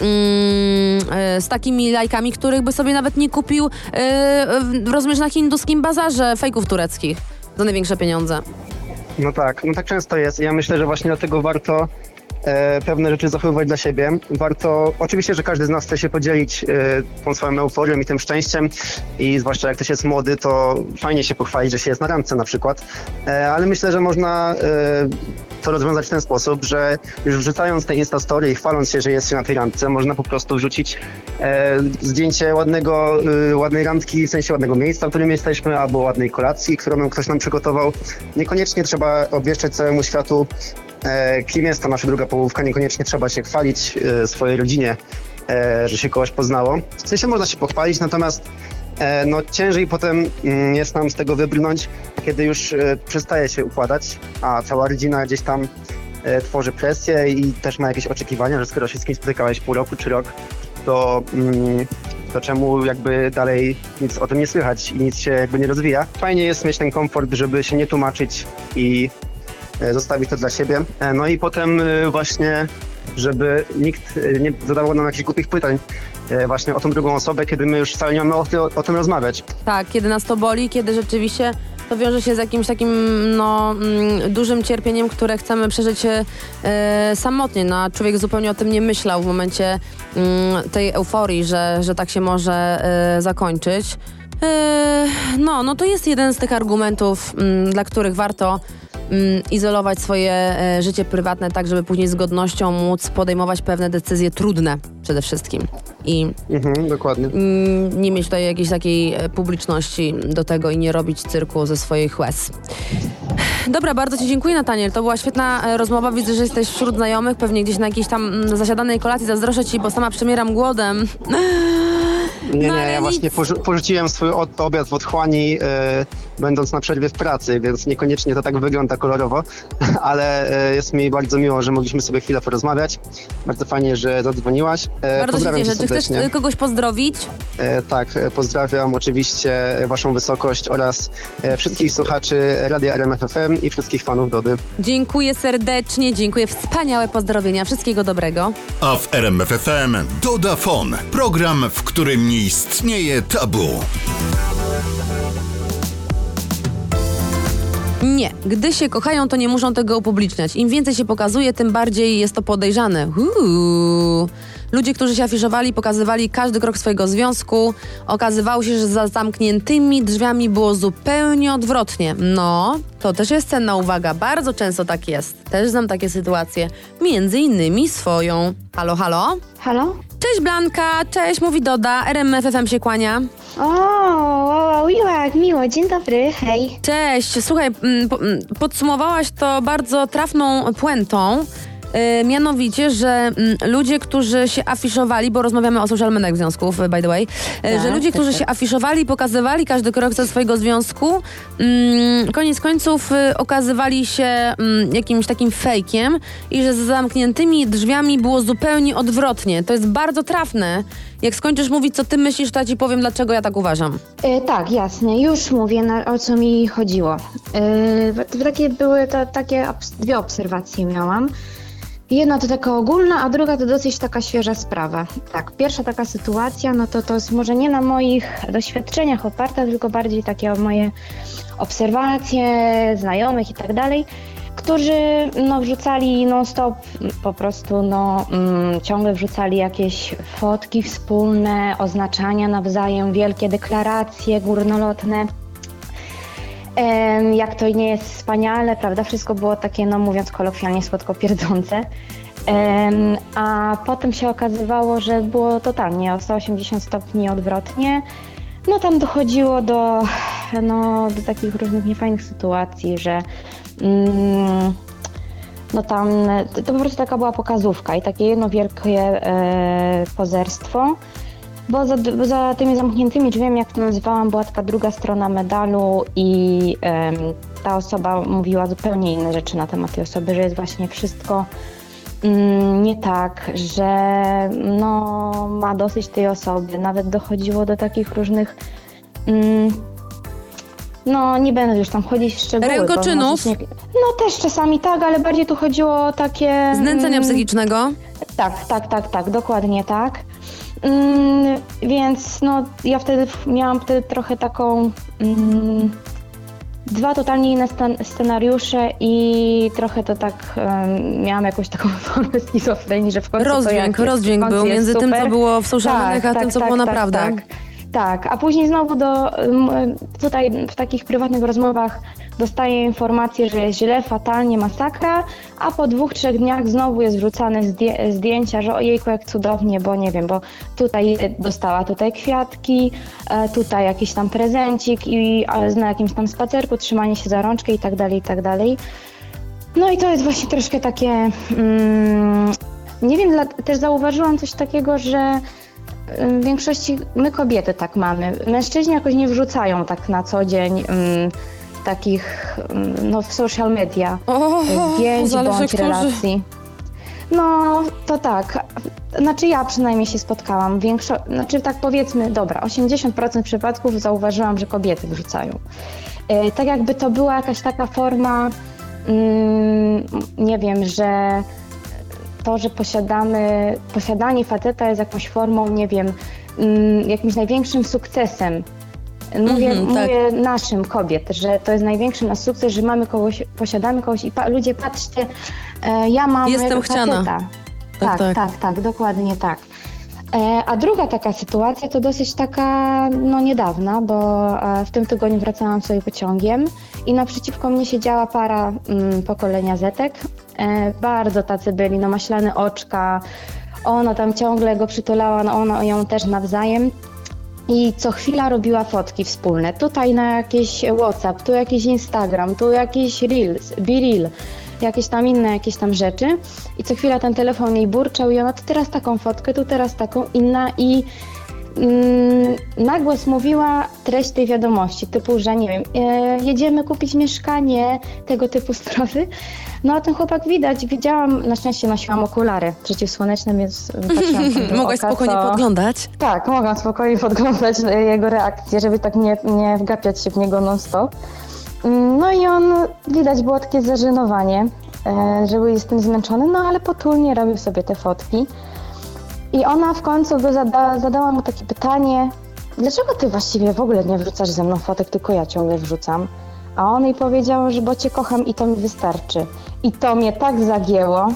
Speaker 2: e, z takimi lajkami, których by sobie nawet nie kupił e, rozumiesz, na hinduskim bazarze fejków tureckich za największe pieniądze.
Speaker 6: No tak, no tak często jest. Ja myślę, że właśnie dlatego warto e, pewne rzeczy zachowywać dla siebie. Warto, oczywiście, że każdy z nas chce się podzielić e, tą swoją euforią i tym szczęściem i zwłaszcza jak ktoś jest młody, to fajnie się pochwalić, że się jest na randce na przykład, e, ale myślę, że można e, to rozwiązać w ten sposób, że już wrzucając te Instastory i chwaląc się, że jest się na tej randce, można po prostu wrzucić e, zdjęcie ładnego, e, ładnej randki, w sensie ładnego miejsca, w którym jesteśmy, albo ładnej kolacji, którą ktoś nam przygotował. Niekoniecznie trzeba obwieszczać całemu światu, e, kim jest ta nasza druga połówka, niekoniecznie trzeba się chwalić e, swojej rodzinie, e, że się kogoś poznało. W sensie można się pochwalić, natomiast e, no, ciężej potem mm, jest nam z tego wybrnąć, kiedy już e, przestaje się układać, a cała rodzina gdzieś tam e, tworzy presję i też ma jakieś oczekiwania, że skoro się z kimś spotykałeś pół roku czy rok, to, mm, to czemu jakby dalej nic o tym nie słychać i nic się jakby nie rozwija. Fajnie jest mieć ten komfort, żeby się nie tłumaczyć i e, zostawić to dla siebie. E, no i potem e, właśnie, żeby nikt e, nie zadawał nam jakichś głupich pytań e, właśnie o tą drugą osobę, kiedy my już wcale nie mamy o, o, o tym rozmawiać.
Speaker 2: Tak, kiedy nas to boli, kiedy rzeczywiście to wiąże się z jakimś takim no, mm, dużym cierpieniem, które chcemy przeżyć e, samotnie. No, a człowiek zupełnie o tym nie myślał w momencie mm, tej euforii, że, że tak się może e, zakończyć. Eee, no, no to jest jeden z tych argumentów, mm, dla których warto mm, izolować swoje e, życie prywatne tak, żeby później z godnością móc podejmować pewne decyzje trudne przede wszystkim. I
Speaker 6: Mhm, dokładnie.
Speaker 2: mm, nie mieć tutaj jakiejś takiej e, publiczności do tego i nie robić cyrku ze swoich łez. Dobra, bardzo Ci dziękuję, Nataniel. To była świetna e, rozmowa. Widzę, że jesteś wśród znajomych, pewnie gdzieś na jakiejś tam mm, zasiadanej kolacji. Zazdroszczę Ci, bo sama przemieram głodem.
Speaker 6: Nie,
Speaker 2: No,
Speaker 6: nie,
Speaker 2: ale
Speaker 6: ja
Speaker 2: nic.
Speaker 6: właśnie porzu- porzuciłem swój od- obiad w otchłani, e, będąc na przerwie w pracy, więc niekoniecznie to tak wygląda kolorowo, ale e, jest mi bardzo miło, że mogliśmy sobie chwilę porozmawiać. Bardzo fajnie, że zadzwoniłaś. E,
Speaker 2: Bardzo się
Speaker 6: pozdrawiam
Speaker 2: cieszę.
Speaker 6: cię
Speaker 2: Czy chcesz
Speaker 6: serdecznie.
Speaker 2: e, kogoś pozdrowić?
Speaker 6: E, tak, e, pozdrawiam oczywiście Waszą wysokość oraz e, wszystkich słuchaczy Radia R M F F M i wszystkich fanów Dody.
Speaker 2: Dziękuję serdecznie, dziękuję. Wspaniałe pozdrowienia. Wszystkiego dobrego.
Speaker 1: A w R M F F M Dodafon. Program, w którym nie istnieje tabu.
Speaker 2: Nie, gdy się kochają, to nie muszą tego upubliczniać. Im więcej się pokazuje, tym bardziej jest to podejrzane. Uuu. Ludzie, którzy się afiszowali, pokazywali każdy krok swojego związku. Okazywało się, że za zamkniętymi drzwiami było zupełnie odwrotnie. No, to też jest cenna uwaga. Bardzo często tak jest. Też znam takie sytuacje. Między innymi swoją. Halo, halo?
Speaker 7: Halo?
Speaker 2: Cześć Blanka, cześć, mówi Doda, R M F F M się kłania.
Speaker 7: O, wow, miło, jak miło, dzień dobry, hej.
Speaker 2: Cześć, słuchaj, mm, po- mm, podsumowałaś to bardzo trafną puentą, yy, mianowicie, że mm, ludzie, którzy się afiszowali, bo rozmawiamy o social mediach związków, by the way, yy,
Speaker 7: Tak,
Speaker 2: że ludzie,
Speaker 7: tak,
Speaker 2: którzy
Speaker 7: tak.
Speaker 2: się afiszowali, pokazywali każdy krok ze swojego związku, mm, koniec końców y, okazywali się mm, jakimś takim fejkiem i że z zamkniętymi drzwiami było zupełnie odwrotnie. To jest bardzo trafne. Jak skończysz mówić, co ty myślisz, to ja ci powiem, dlaczego ja tak uważam.
Speaker 7: E, tak, jasne, już mówię, na, o co mi chodziło. E, takie były to, takie obs- dwie obserwacje miałam. Jedna to taka ogólna, a druga to dosyć taka świeża sprawa. Tak, pierwsza taka sytuacja, no to to jest może nie na moich doświadczeniach oparta, tylko bardziej takie moje obserwacje znajomych i tak dalej, którzy no, wrzucali non-stop, po prostu no, mm, ciągle wrzucali jakieś fotki wspólne, oznaczania nawzajem, wielkie deklaracje górnolotne. Em, jak to nie jest wspaniale, prawda? Wszystko było takie, no mówiąc kolokwialnie, słodko-pierdzące. Em, a potem się okazywało, że było totalnie o sto osiemdziesiąt stopni odwrotnie. No tam dochodziło do, no, do takich różnych niefajnych sytuacji, że mm, no tam to, to po prostu taka była pokazówka i takie jedno wielkie e, pozerstwo. Bo za, bo za tymi zamkniętymi drzwiami, jak to nazywałam, była taka druga strona medalu i em, ta osoba mówiła zupełnie inne rzeczy na temat tej osoby, że jest właśnie wszystko mm, nie tak, że no, ma dosyć tej osoby. Nawet dochodziło do takich różnych, mm, no nie będę już tam chodzić w szczegóły. bo
Speaker 2: Rękoczynów?
Speaker 7: może się nie- No też czasami tak, ale bardziej tu chodziło o takie...
Speaker 2: Znęcenia
Speaker 7: mm,
Speaker 2: psychicznego?
Speaker 7: tak, tak, tak, tak, dokładnie tak. Mm, więc no, ja wtedy miałam wtedy trochę taką mm, dwa totalnie inne stan- scenariusze i trochę to tak um, miałam jakąś taką formę schizofrenii, że w końcu to
Speaker 2: Rozdźwięk,
Speaker 7: jak jest,
Speaker 2: rozdźwięk
Speaker 7: w końcu
Speaker 2: był
Speaker 7: jest
Speaker 2: między tym,
Speaker 7: super.
Speaker 2: co było w social mediach, a tym, co było naprawdę.
Speaker 7: Tak, tak, a później znowu do, um, tutaj w takich prywatnych rozmowach dostaję informację, że jest źle, fatalnie, masakra, a po dwóch, trzech dniach znowu jest wrzucane zdję- zdjęcia, że ojejku, jak cudownie, bo nie wiem, bo tutaj dostała tutaj kwiatki, e, tutaj jakiś tam prezencik i a, na jakimś tam spacerku, trzymanie się za rączkę i tak dalej, i tak dalej. No i to jest właśnie troszkę takie, mm, nie wiem, dla, też zauważyłam coś takiego, że w większości my kobiety tak mamy. Mężczyźni jakoś nie wrzucają tak na co dzień um, takich um, no, w social media
Speaker 2: O,
Speaker 7: zdjęć
Speaker 2: zależy,
Speaker 7: bądź
Speaker 2: którzy.
Speaker 7: relacji. No to tak, znaczy ja przynajmniej się spotkałam. Większo... Znaczy tak powiedzmy, dobra, osiemdziesiąt procent przypadków zauważyłam, że kobiety wrzucają. E, tak jakby to była jakaś taka forma, mm, nie wiem, że to, że posiadamy, posiadanie faceta jest jakąś formą, nie wiem, mm, jakimś największym sukcesem. Mówię,
Speaker 2: Mhm, tak.
Speaker 7: mówię naszym kobiet, że to jest największy nasz sukces, że mamy kogoś, posiadamy kogoś i pa- ludzie, patrzcie, e, ja mam
Speaker 2: Jestem
Speaker 7: mojego
Speaker 2: chciana.
Speaker 7: faceta.
Speaker 2: Tak,
Speaker 7: Tak,
Speaker 2: tak.
Speaker 7: tak, tak, dokładnie tak. E, A druga taka sytuacja to dosyć taka no niedawna, bo e, w tym tygodniu wracałam sobie pociągiem i naprzeciwko mnie siedziała para mm, pokolenia Zetek. E, bardzo tacy byli, no maślane oczka, ona tam ciągle go przytulała, no ona ją też nawzajem. I co chwila robiła fotki wspólne. Tutaj na jakiś WhatsApp, tu jakiś Instagram, tu jakiś Reels, BeReal, jakieś tam inne jakieś tam rzeczy. I co chwila ten telefon jej burczał i ona to teraz taką fotkę, tu teraz taką inna i mm, na głos mówiła treść tej wiadomości, typu, że nie wiem, e, jedziemy kupić mieszkanie, tego typu sprawy. No a ten chłopak widać, widziałam, na szczęście nosiłam okulary przeciwsłoneczne, więc patrzyłam sobie do
Speaker 2: Mogłaś
Speaker 7: oka,
Speaker 2: spokojnie
Speaker 7: co...
Speaker 2: podglądać?
Speaker 7: Tak, mogłam spokojnie podglądać jego reakcję, żeby tak nie, nie wgapiać się w niego non-stop. No i on, widać było takie zażenowanie, e, że był z tym zmęczony, no ale potulnie robił sobie te fotki. I ona w końcu by zada, zadała mu takie pytanie, dlaczego ty właściwie w ogóle nie wrzucasz ze mną fotek, tylko ja ciągle wrzucam? A on jej powiedział, że bo cię kocham i to mi wystarczy. I to mnie tak zagięło.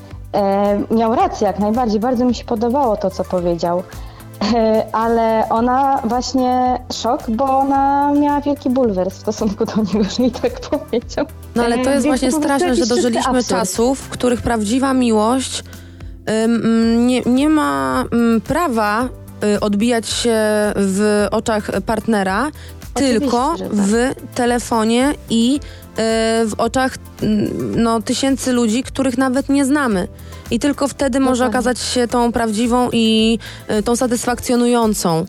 Speaker 7: E, miał rację jak najbardziej, bardzo mi się podobało to, co powiedział. E, ale ona właśnie szok, bo ona miała wielki bulwers w stosunku do niego, że i tak powiedział.
Speaker 2: No ale to
Speaker 7: E,
Speaker 2: jest
Speaker 7: więc
Speaker 2: właśnie
Speaker 7: po prostu
Speaker 2: straszne, że
Speaker 7: jakiś czysty
Speaker 2: dożyliśmy
Speaker 7: absurd.
Speaker 2: czasów, w których prawdziwa miłość ym, nie, nie ma ym, prawa y, odbijać się w oczach partnera, tylko
Speaker 7: że tak.
Speaker 2: w telefonie i y, w oczach mm, no, tysięcy ludzi, których nawet nie znamy. I tylko wtedy może
Speaker 7: Dokładnie.
Speaker 2: okazać się tą prawdziwą i y, tą satysfakcjonującą.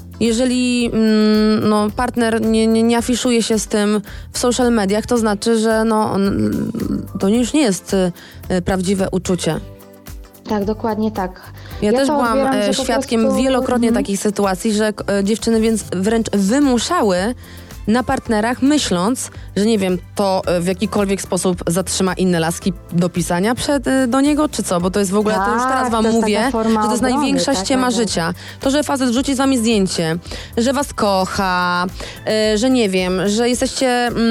Speaker 2: Jeżeli mm, no, partner nie, nie, nie afiszuje się z tym w social mediach, to znaczy, że no, on, to już nie jest y, prawdziwe uczucie.
Speaker 7: Tak, dokładnie tak.
Speaker 2: Ja,
Speaker 7: Ja
Speaker 2: też
Speaker 7: to
Speaker 2: byłam
Speaker 7: odbieram,
Speaker 2: e,
Speaker 7: że po
Speaker 2: świadkiem
Speaker 7: prostu-
Speaker 2: wielokrotnie
Speaker 7: Mhm.
Speaker 2: takich sytuacji, że e, dziewczyny więc wręcz wymuszały na partnerach, myśląc, że nie wiem, to e, w jakikolwiek sposób zatrzyma inne laski do pisania przed, e, do niego, czy co? Bo to jest w ogóle, to już
Speaker 7: Tak,
Speaker 2: teraz wam
Speaker 7: to jest
Speaker 2: mówię,
Speaker 7: taka
Speaker 2: że
Speaker 7: forma
Speaker 2: to jest
Speaker 7: obrony,
Speaker 2: największa
Speaker 7: tak,
Speaker 2: ściema
Speaker 7: tak, tak.
Speaker 2: życia. To, że facet wrzuci z wami zdjęcie, że was kocha, e, że nie wiem, że jesteście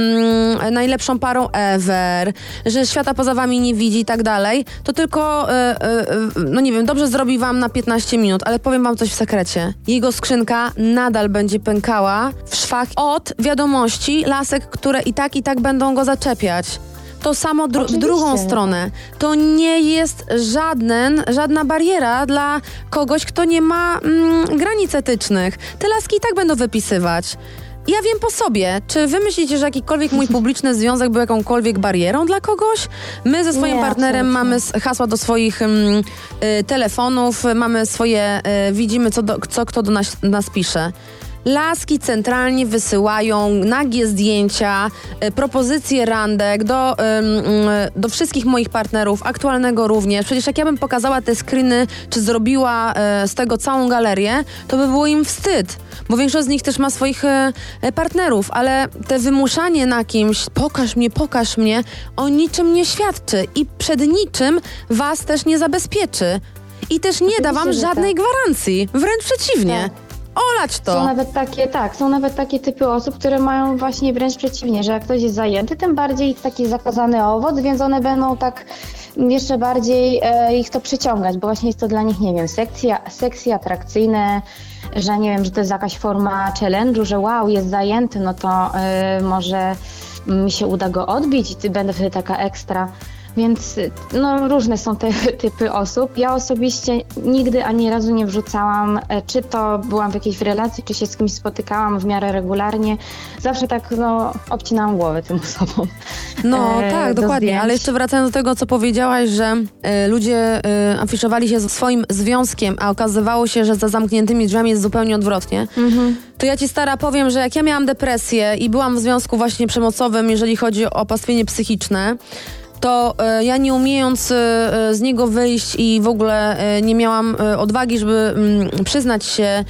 Speaker 2: mm, najlepszą parą ever, że świata poza wami nie widzi i tak dalej, to tylko, e, e, no nie wiem, dobrze zrobi wam na piętnaście minut, ale powiem wam coś w sekrecie. Jego skrzynka nadal będzie pękała w szwach od wiadomości lasek, które i tak, i tak będą go zaczepiać. To samo dru- w
Speaker 7: Oczywiście.
Speaker 2: drugą stronę. To nie jest żaden, żadna bariera dla kogoś, kto nie ma mm, granic etycznych. Te laski i tak będą wypisywać. Ja wiem po sobie, czy wy myślicie, że jakikolwiek mój publiczny związek był jakąkolwiek barierą dla kogoś? My ze swoim
Speaker 7: Nie,
Speaker 2: partnerem
Speaker 7: absolutnie.
Speaker 2: mamy s- hasła do swoich mm, y, telefonów, mamy swoje, y, widzimy co, do, co kto do nas, nas pisze. Laski centralnie wysyłają nagie zdjęcia, e, propozycje randek do, ym, ym, do wszystkich moich partnerów, aktualnego również. Przecież jak ja bym pokazała te screeny, czy zrobiła e, z tego całą galerię, to by było im wstyd. Bo większość z nich też ma swoich e, e, partnerów, ale te wymuszanie na kimś, pokaż mnie, pokaż mnie, o niczym nie świadczy i przed niczym was też nie zabezpieczy. I też nie da wam
Speaker 7: Oczywiście, że
Speaker 2: żadnej
Speaker 7: tak.
Speaker 2: gwarancji. Wręcz przeciwnie.
Speaker 7: Tak.
Speaker 2: Olać to.
Speaker 7: Są nawet takie, tak, są nawet takie typy osób, które mają właśnie wręcz przeciwnie, że jak ktoś jest zajęty, tym bardziej jest taki zakazany owoc, więc one będą tak jeszcze bardziej e, ich to przyciągać, bo właśnie jest to dla nich, nie wiem, sekcja, seksy, atrakcyjne, że nie wiem, że to jest jakaś forma challenge'u, że wow, jest zajęty, no to e, może mi się uda go odbić i ty będę wtedy taka ekstra. Więc no, różne są te typy osób. Ja osobiście nigdy ani razu nie wrzucałam, e, czy to byłam w jakiejś relacji, czy się z kimś spotykałam w miarę regularnie. Zawsze tak no, obcinałam głowę tym osobom.
Speaker 2: No
Speaker 7: e,
Speaker 2: tak,
Speaker 7: do
Speaker 2: dokładnie,
Speaker 7: zdjęć.
Speaker 2: ale jeszcze wracając do tego, co powiedziałaś, że e, ludzie e, afiszowali się swoim związkiem, a okazywało się, że za zamkniętymi drzwiami jest zupełnie odwrotnie.
Speaker 7: Mhm.
Speaker 2: To ja ci stara powiem, że jak ja miałam depresję i byłam w związku właśnie przemocowym, jeżeli chodzi o opastwienie psychiczne, to e, ja nie umiejąc e, z niego wyjść i w ogóle e, nie miałam e, odwagi, żeby mm, przyznać się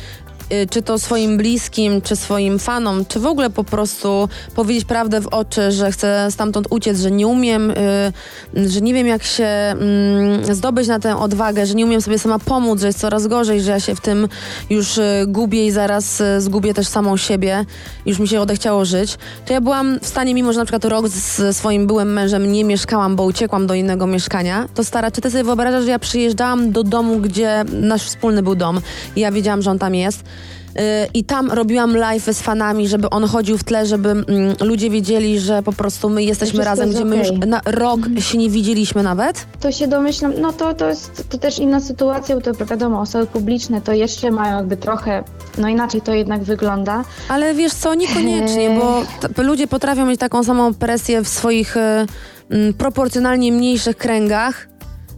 Speaker 2: y, czy to swoim bliskim, czy swoim fanom, czy w ogóle po prostu powiedzieć prawdę w oczy, że chcę stamtąd uciec, że nie umiem, y, że nie wiem jak się y, zdobyć na tę odwagę, że nie umiem sobie sama pomóc, że jest coraz gorzej, że ja się w tym już y, gubię i zaraz y, zgubię też samą siebie, już mi się odechciało żyć, to ja byłam w stanie, mimo że na przykład rok ze swoim byłym mężem nie mieszkałam, bo uciekłam do innego mieszkania, to stara, czy ty sobie wyobrażasz, że ja przyjeżdżałam do domu, gdzie nasz wspólny był dom i ja wiedziałam, że on tam jest. Yy, I tam robiłam live z fanami, żeby on chodził w tle, żeby mm, ludzie wiedzieli, że po prostu my jesteśmy
Speaker 7: wszystko
Speaker 2: razem,
Speaker 7: jest
Speaker 2: gdzie my
Speaker 7: okej.
Speaker 2: już na rok się nie widzieliśmy nawet.
Speaker 7: To się domyślam, no to, to jest to też inna sytuacja, bo to wiadomo, osoby publiczne to jeszcze mają jakby trochę, no inaczej to jednak wygląda.
Speaker 2: Ale wiesz co, niekoniecznie, bo t- ludzie potrafią mieć taką samą presję w swoich y, y, proporcjonalnie mniejszych kręgach.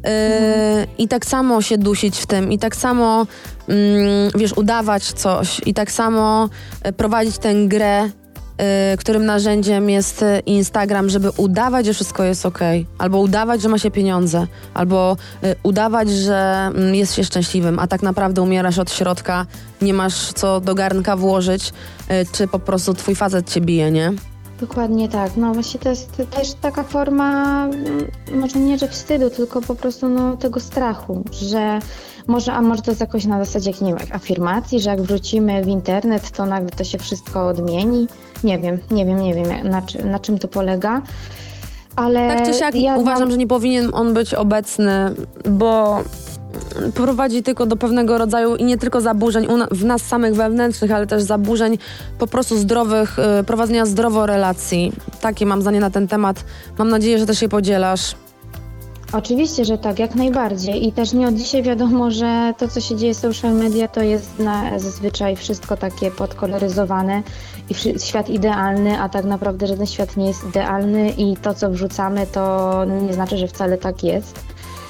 Speaker 2: Yy, I tak samo się dusić w tym, i tak samo, yy, wiesz, udawać coś, i tak samo yy, prowadzić tę grę, yy, którym narzędziem jest yy, Instagram, żeby udawać, że wszystko jest okej, albo udawać, że ma się pieniądze, albo yy, udawać, że yy, jest się szczęśliwym, a tak naprawdę umierasz od środka, nie masz co do garnka włożyć, yy, czy po prostu twój facet cię bije, nie?
Speaker 7: Dokładnie tak. No właśnie to jest też taka forma, mm, może nie, że wstydu, tylko po prostu no, tego strachu, że może, a może to jest jakoś na zasadzie, jak nie wiem, afirmacji, że jak wrócimy w internet, to nagle to się wszystko odmieni. Nie wiem, nie wiem, nie wiem jak- na, czy, na czym to polega. Ale
Speaker 2: Tak czy siak
Speaker 7: ja
Speaker 2: uważam,
Speaker 7: mam-
Speaker 2: że nie powinien on być obecny, bo prowadzi tylko do pewnego rodzaju i nie tylko zaburzeń u na, w nas samych wewnętrznych, ale też zaburzeń po prostu zdrowych, y, prowadzenia zdrowo relacji. Takie mam zdanie na ten temat. Mam nadzieję, że też je podzielasz.
Speaker 7: Oczywiście, że tak, jak najbardziej. I też nie od dzisiaj wiadomo, że to, co się dzieje w social media, to jest na, zazwyczaj wszystko takie podkoloryzowane i wszy- świat idealny, a tak naprawdę żaden świat nie jest idealny i to, co wrzucamy, to nie znaczy, że wcale tak jest.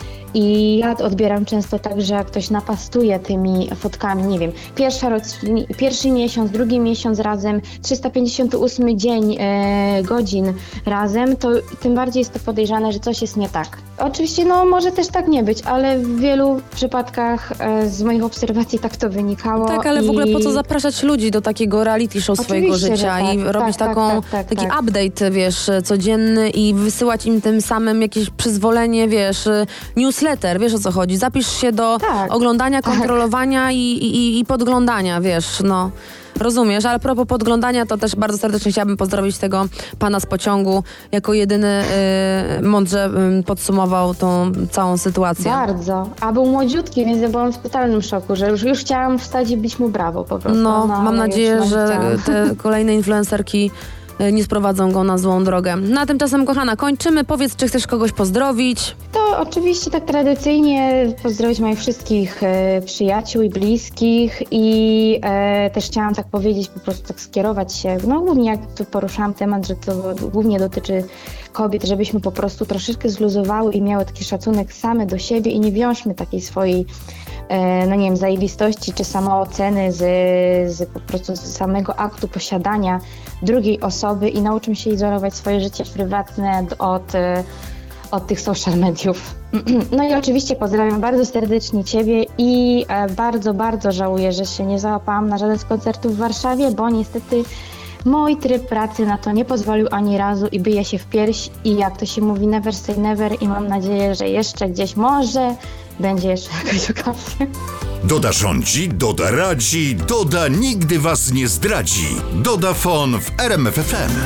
Speaker 7: I ja odbieram często tak, że jak ktoś napastuje tymi fotkami, nie wiem, pierwsza roczni- pierwszy miesiąc, drugi miesiąc razem, trzysta pięćdziesiąty ósmy dzień e, godzin razem, to tym bardziej jest to podejrzane, że coś jest nie tak. Oczywiście, no może też tak nie być, ale w wielu przypadkach e, z moich obserwacji tak to wynikało.
Speaker 2: Tak, ale w
Speaker 7: i...
Speaker 2: ogóle po co zapraszać ludzi do takiego reality show swojego
Speaker 7: Oczywiście, że
Speaker 2: życia
Speaker 7: tak,
Speaker 2: i
Speaker 7: tak,
Speaker 2: robić
Speaker 7: tak,
Speaker 2: taką,
Speaker 7: tak, tak,
Speaker 2: taki
Speaker 7: tak.
Speaker 2: update, wiesz, codzienny i wysyłać im tym samym jakieś przyzwolenie, wiesz, newsletter, wiesz o co chodzi. Zapisz się do
Speaker 7: Tak,
Speaker 2: oglądania,
Speaker 7: tak.
Speaker 2: kontrolowania i, i, i podglądania, wiesz, no. Rozumiesz, ale a propos podglądania, to też bardzo serdecznie chciałabym pozdrowić tego pana z pociągu. Jako jedyny y, mądrze y, podsumował tą całą sytuację.
Speaker 7: Bardzo. A był młodziutki, więc ja byłam w totalnym szoku, że już, już chciałam wstać i bić mu brawo po prostu.
Speaker 2: No, mam
Speaker 7: ale
Speaker 2: nadzieję,
Speaker 7: już, no,
Speaker 2: że
Speaker 7: chciałam.
Speaker 2: te kolejne influencerki y, nie sprowadzą go na złą drogę. No a tymczasem, kochana, kończymy. Powiedz, czy chcesz kogoś pozdrowić?
Speaker 7: To oczywiście tak tradycyjnie pozdrowić moich wszystkich e, przyjaciół i bliskich i e, też chciałam tak powiedzieć, po prostu tak skierować się, no głównie jak tu poruszałam temat, że to głównie dotyczy kobiet, żebyśmy po prostu troszeczkę zluzowały i miały taki szacunek same do siebie i nie wiążmy takiej swojej, e, no nie wiem, zajebistości czy samooceny z, z po prostu z samego aktu posiadania drugiej osoby i nauczmy się izolować swoje życie prywatne od e, od tych social mediów. No i oczywiście pozdrawiam bardzo serdecznie Ciebie i e, bardzo, bardzo żałuję, że się nie załapałam na żaden z koncertów w Warszawie, bo niestety mój tryb pracy na to nie pozwolił ani razu i bije się w pierś i jak to się mówi never say never i mam nadzieję, że jeszcze gdzieś może będzie jeszcze jakaś okazja.
Speaker 1: Doda rządzi, Doda radzi, Doda nigdy was nie zdradzi. Dodafon w R M F F M.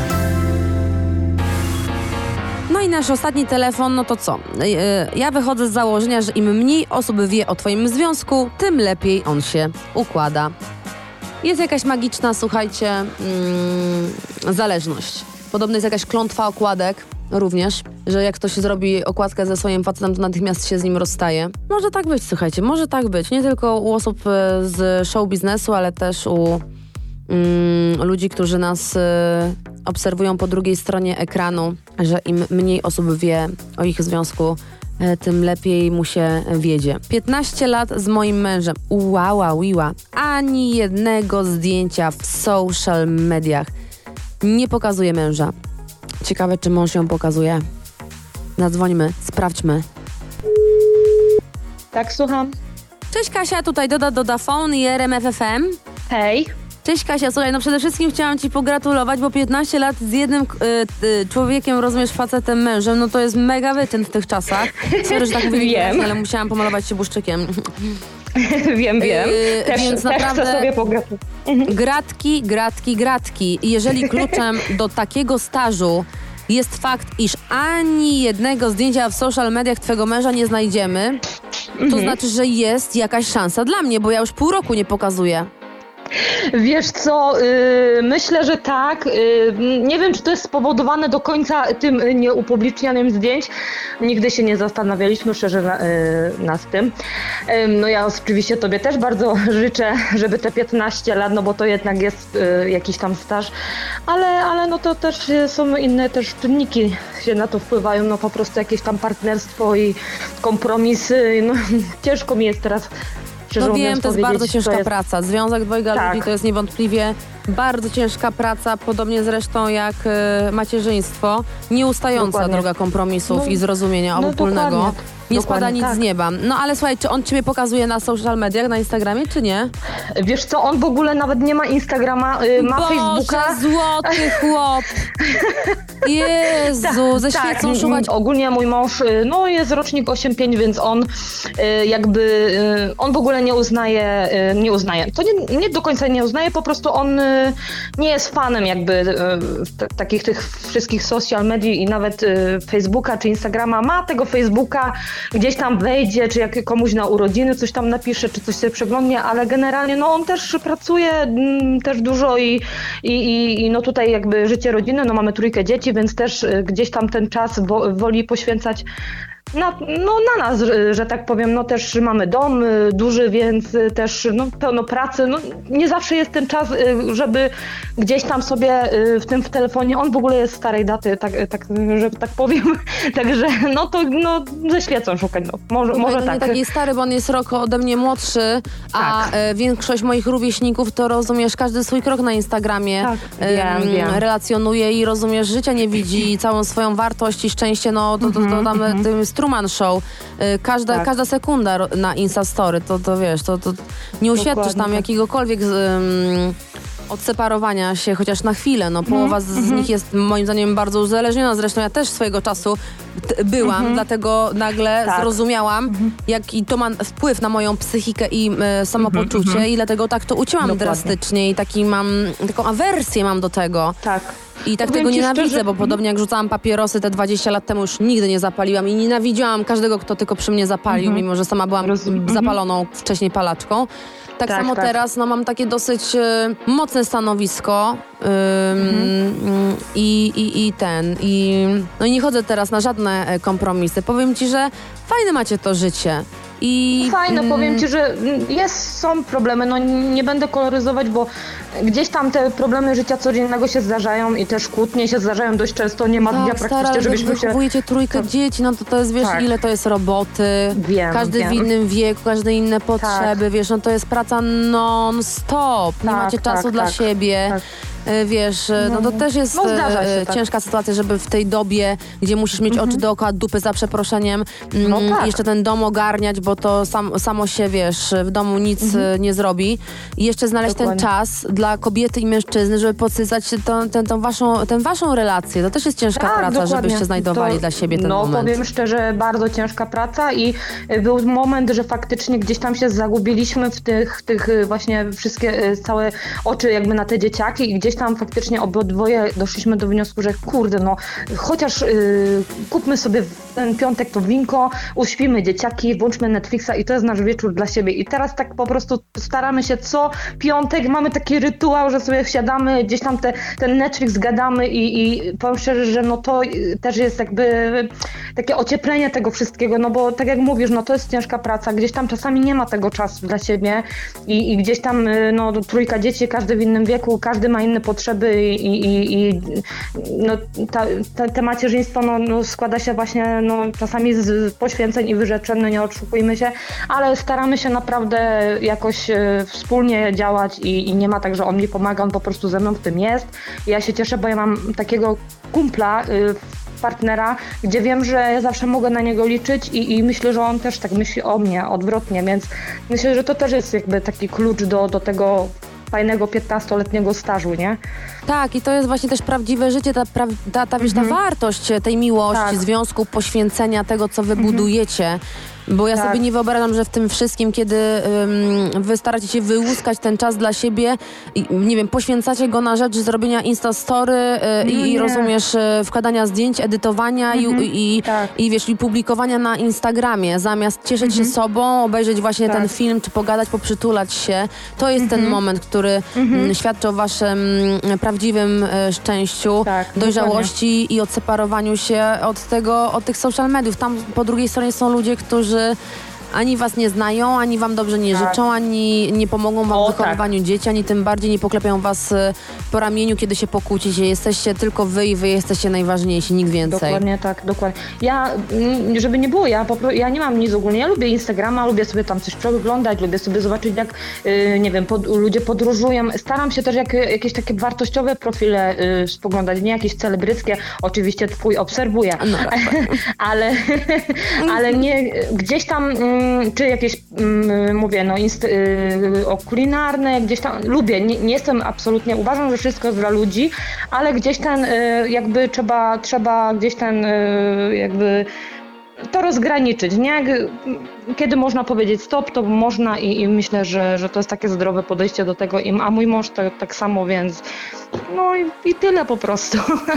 Speaker 2: No i nasz ostatni telefon, no to co? Yy, ja wychodzę z założenia, że im mniej osób wie o twoim związku, tym lepiej on się układa. Jest jakaś magiczna, słuchajcie, mm, zależność. Podobno jest jakaś klątwa okładek również, że jak ktoś zrobi okładkę ze swoim facetem, to natychmiast się z nim rozstaje. Może tak być, słuchajcie, może tak być. Nie tylko u osób y, z show biznesu, ale też u mm, ludzi, którzy nas y, obserwują po drugiej stronie ekranu, że im mniej osób wie o ich związku, y, tym lepiej mu się wiedzie. piętnaście lat z moim mężem. Uła, wiła. Ani jednego zdjęcia w social mediach. Nie pokazuje męża. Ciekawe, czy mąż ją pokazuje. Zadzwońmy, sprawdźmy.
Speaker 4: Tak, słucham.
Speaker 2: Cześć Kasia, tutaj Doda Dodafon i R M F F M.
Speaker 3: Hej.
Speaker 2: Cześć Kasia, słuchaj, no przede wszystkim chciałam ci pogratulować, bo piętnaście lat z jednym y, y, człowiekiem, rozumiesz, facetem, mężem, no to jest mega wyczyn w tych czasach. Sorry, że tak mówię,
Speaker 3: Wiem.
Speaker 2: ale musiałam pomalować się błyszczykiem.
Speaker 3: wiem, wiem.
Speaker 2: Yy,
Speaker 3: też,
Speaker 2: więc
Speaker 3: też
Speaker 2: naprawdę
Speaker 3: chcę sobie pogratulować.
Speaker 2: gratki, gratki, gratki. I jeżeli kluczem do takiego stażu jest fakt, iż ani jednego zdjęcia w social mediach twojego męża nie znajdziemy, to znaczy, że jest jakaś szansa dla mnie, bo ja już pół roku nie pokazuję.
Speaker 3: Wiesz co, yy, myślę, że tak. Yy, nie wiem, czy to jest spowodowane do końca tym nieupublicznianym zdjęć. Nigdy się nie zastanawialiśmy szczerze na, yy, nad tym. Yy, no ja oczywiście tobie też bardzo życzę, żeby te piętnaście lat, no bo to jednak jest yy, jakiś tam staż, ale, ale no to też są inne też czynniki się na to wpływają, no po prostu jakieś tam partnerstwo i kompromisy. No, ciężko mi jest teraz.
Speaker 2: No wiem, to jest bardzo ciężka
Speaker 3: jest...
Speaker 2: praca. Związek dwojga
Speaker 3: tak.
Speaker 2: ludzi to jest niewątpliwie bardzo ciężka praca, podobnie zresztą jak y, macierzyństwo. Nieustająca
Speaker 3: Dokładnie.
Speaker 2: droga kompromisów
Speaker 3: No,
Speaker 2: i zrozumienia
Speaker 3: no
Speaker 2: obopólnego.
Speaker 3: dokładnie.
Speaker 2: Nie spada
Speaker 3: Dokładnie
Speaker 2: nic
Speaker 3: tak.
Speaker 2: z nieba. No ale słuchaj, czy on ciebie pokazuje na social mediach, na Instagramie, czy nie?
Speaker 3: Wiesz co, on w ogóle nawet nie ma Instagrama, y, ma
Speaker 2: Boże,
Speaker 3: Facebooka.
Speaker 2: złoty chłop! Jezu, ze
Speaker 3: Tak,
Speaker 2: świecą
Speaker 3: m-
Speaker 2: szukać.
Speaker 3: ogólnie mój mąż y, no, jest rocznik osiem pięć, więc on y, jakby, y, on w ogóle nie uznaje, y, nie uznaje, to nie, nie do końca nie uznaje, po prostu on y, nie jest fanem jakby y, t- takich tych wszystkich social medii i nawet y, Facebooka czy Instagrama. Ma tego Facebooka, gdzieś tam wejdzie, czy jak komuś na urodziny coś tam napisze, czy coś sobie przeglądnie, ale generalnie no on też pracuje mm, też dużo i, i, i, i no tutaj jakby życie rodzinne, no mamy trójkę dzieci, więc też y, gdzieś tam ten czas wo, woli poświęcać na, no, na nas, że, że tak powiem, no też mamy dom y, duży, więc y, też no, pełno pracy, no nie zawsze jest ten czas, y, żeby gdzieś tam sobie y, w tym w telefonie, on w ogóle jest starej daty, tak, tak że tak powiem, także no to no, ze świecą szukać, no może,
Speaker 2: Słuchaj,
Speaker 3: może
Speaker 2: no
Speaker 3: tak.
Speaker 2: nie taki stary, bo on jest rok ode mnie młodszy, a
Speaker 3: Tak.
Speaker 2: e, większość moich rówieśników to rozumiesz, każdy swój krok na Instagramie
Speaker 3: Tak,
Speaker 2: em,
Speaker 3: wiem, wiem.
Speaker 2: relacjonuje i rozumiesz, życia nie widzi, całą swoją wartość i szczęście, no to, to, to tam mm-hmm. tym jest Truman Show. E, każda,
Speaker 3: Tak.
Speaker 2: każda sekunda ro- na Instastory, to, to wiesz, to, to nie uświadczysz
Speaker 3: Dokładnie
Speaker 2: tam
Speaker 3: tak.
Speaker 2: jakiegokolwiek um, odseparowania się, chociaż na chwilę. No, połowa z, z nich jest moim zdaniem bardzo uzależniona. Zresztą ja też swojego czasu t- byłam, dlatego nagle
Speaker 3: Tak.
Speaker 2: zrozumiałam, jaki to ma wpływ na moją psychikę i e, samopoczucie i dlatego tak to ucięłam
Speaker 3: Dokładnie.
Speaker 2: drastycznie i taki mam, taką awersję mam do tego.
Speaker 3: Tak.
Speaker 2: I tak
Speaker 3: Powiem
Speaker 2: tego
Speaker 3: ci
Speaker 2: nienawidzę,
Speaker 3: szczerze-
Speaker 2: bo podobnie jak rzucałam papierosy te dwadzieścia lat temu, już nigdy nie zapaliłam i nienawidziłam każdego, kto tylko przy mnie zapalił, mimo że sama byłam
Speaker 3: Rozumiem.
Speaker 2: zapaloną wcześniej palaczką. Tak,
Speaker 3: Tak,
Speaker 2: samo
Speaker 3: tak.
Speaker 2: teraz no, mam takie dosyć e, mocne stanowisko ym, i, i, i ten. I, no i nie chodzę teraz na żadne e, kompromisy. Powiem ci, że fajne macie to życie. I,
Speaker 3: Fajne,
Speaker 2: mm,
Speaker 3: powiem ci, że jest, są problemy, no nie będę koloryzować, bo gdzieś tam te problemy życia codziennego się zdarzają i też kłótnie się zdarzają dość często, nie ma dnia
Speaker 2: Tak, stara,
Speaker 3: praktycznie,
Speaker 2: ale
Speaker 3: żebyśmy się...
Speaker 2: wychowujecie trójkę
Speaker 3: to-
Speaker 2: dzieci, no to to jest, wiesz,
Speaker 3: Tak.
Speaker 2: ile to jest roboty.
Speaker 3: Wiem,
Speaker 2: Każdy
Speaker 3: wiem.
Speaker 2: w innym wieku, każde inne potrzeby, wiesz, no to jest praca non-stop. Nie
Speaker 3: Tak,
Speaker 2: macie czasu
Speaker 3: tak,
Speaker 2: dla
Speaker 3: tak,
Speaker 2: siebie.
Speaker 3: tak.
Speaker 2: E, Wiesz, e, no to też jest
Speaker 3: No, zdarza się,
Speaker 2: e,
Speaker 3: tak.
Speaker 2: ciężka sytuacja, żeby w tej dobie, gdzie musisz mieć oczy dookoła dupy za przeproszeniem, mm,
Speaker 3: No tak.
Speaker 2: jeszcze ten dom ogarniać, bo to sam, samo się, wiesz, w domu nic e, nie zrobi. I jeszcze znaleźć
Speaker 3: Dokładnie.
Speaker 2: ten czas dla kobiety i mężczyzny, żeby podsycać tą, ten, tą, waszą, tę waszą relację. To też jest ciężka
Speaker 3: Tak,
Speaker 2: praca,
Speaker 3: dokładnie.
Speaker 2: żebyście znajdowali
Speaker 3: To-
Speaker 2: dla siebie ten
Speaker 3: no,
Speaker 2: moment.
Speaker 3: powiem szczerze, bardzo ciężka praca i y, był moment, że faktycznie gdzieś tam się zagubiliśmy w tych, tych y, właśnie wszystkie y, całe oczy jakby na te dzieciaki i gdzieś tam faktycznie obydwoje doszliśmy do wniosku, że kurde, no chociaż y, kupmy sobie w ten piątek to winko, uśpimy dzieciaki, włączmy Netflixa i to jest nasz wieczór dla siebie. I teraz tak po prostu staramy się co piątek, mamy taki rytuał, że sobie wsiadamy, gdzieś tam te, ten Netflix gadamy i, i powiem szczerze, że no to y, też jest jakby takie ocieplenie tego wszystkiego, no bo tak jak mówisz, no to jest ciężka praca, gdzieś tam czasami nie ma tego czasu dla siebie i, i gdzieś tam y, no trójka dzieci, każdy w innym wieku, każdy ma inne potrzeby i, i, i no ta, ta, te macierzyństwo no, no składa się właśnie no czasami z poświęceń i wyrzeczeń, no nie oszukujmy się, ale staramy się naprawdę jakoś y, wspólnie działać i, i nie ma tak, że on mi pomaga, on po prostu ze mną w tym jest. I ja się cieszę, bo ja mam takiego kumpla, y, partnera, gdzie wiem, że ja zawsze mogę na niego liczyć i, i myślę, że on też tak myśli o mnie, odwrotnie, więc myślę, że to też jest jakby taki klucz do, do tego fajnego piętnastoletniego stażu, nie?
Speaker 2: Tak, i to jest właśnie też prawdziwe życie, ta, pra, ta, ta, wiesz, ta wartość tej miłości,
Speaker 3: Tak.
Speaker 2: związku, poświęcenia tego, co wy budujecie. Bo ja
Speaker 3: Tak.
Speaker 2: sobie nie wyobrażam, że w tym wszystkim, kiedy ym, wy staracie się wyłuskać ten czas dla siebie, i, nie wiem, poświęcacie go na rzecz zrobienia instastory y,
Speaker 3: No
Speaker 2: i
Speaker 3: nie.
Speaker 2: rozumiesz, y, wkładania zdjęć, edytowania i, i,
Speaker 3: Tak.
Speaker 2: i wiesz, i publikowania na Instagramie, zamiast cieszyć się sobą, obejrzeć właśnie
Speaker 3: Tak.
Speaker 2: ten film, czy pogadać, poprzytulać się. To jest ten moment, który mm, świadczy o waszym mm, prawdziwym y, szczęściu,
Speaker 3: Tak,
Speaker 2: dojrzałości i odseparowaniu się od tego, od tych social mediów. Tam po drugiej stronie są ludzie, którzy ani was nie znają, ani wam dobrze nie
Speaker 3: Tak.
Speaker 2: życzą, ani nie pomogą wam
Speaker 3: O,
Speaker 2: w wychowywaniu dzieci, ani tym bardziej nie poklepią was y, po ramieniu, kiedy się pokłócicie. Jesteście tylko wy i wy jesteście najważniejsi, nikt więcej.
Speaker 3: Dokładnie tak, dokładnie. Ja, mm, żeby nie było, ja, po, pro- ja nie mam nic ogólnie, ja lubię Instagrama, lubię sobie tam coś przeglądać, lubię sobie zobaczyć, jak, y, nie wiem, pod, ludzie podróżują. Staram się też jak, jakieś takie wartościowe profile y, spoglądać, nie jakieś celebryckie, oczywiście twój obserwuję,
Speaker 2: No tak,
Speaker 3: ale, ale nie, gdzieś tam, mm, czy jakieś, mm, mówię, no, inst, y, o kulinarne, gdzieś tam, lubię, nie, nie jestem absolutnie, uważam, że wszystko jest dla ludzi, ale gdzieś ten, y, jakby trzeba, trzeba gdzieś ten, y, jakby to rozgraniczyć, nie? Jak- Kiedy można powiedzieć stop, to można i, i myślę, że, że to jest takie zdrowe podejście do tego, I- a mój mąż to tak samo, więc no i, i tyle po prostu.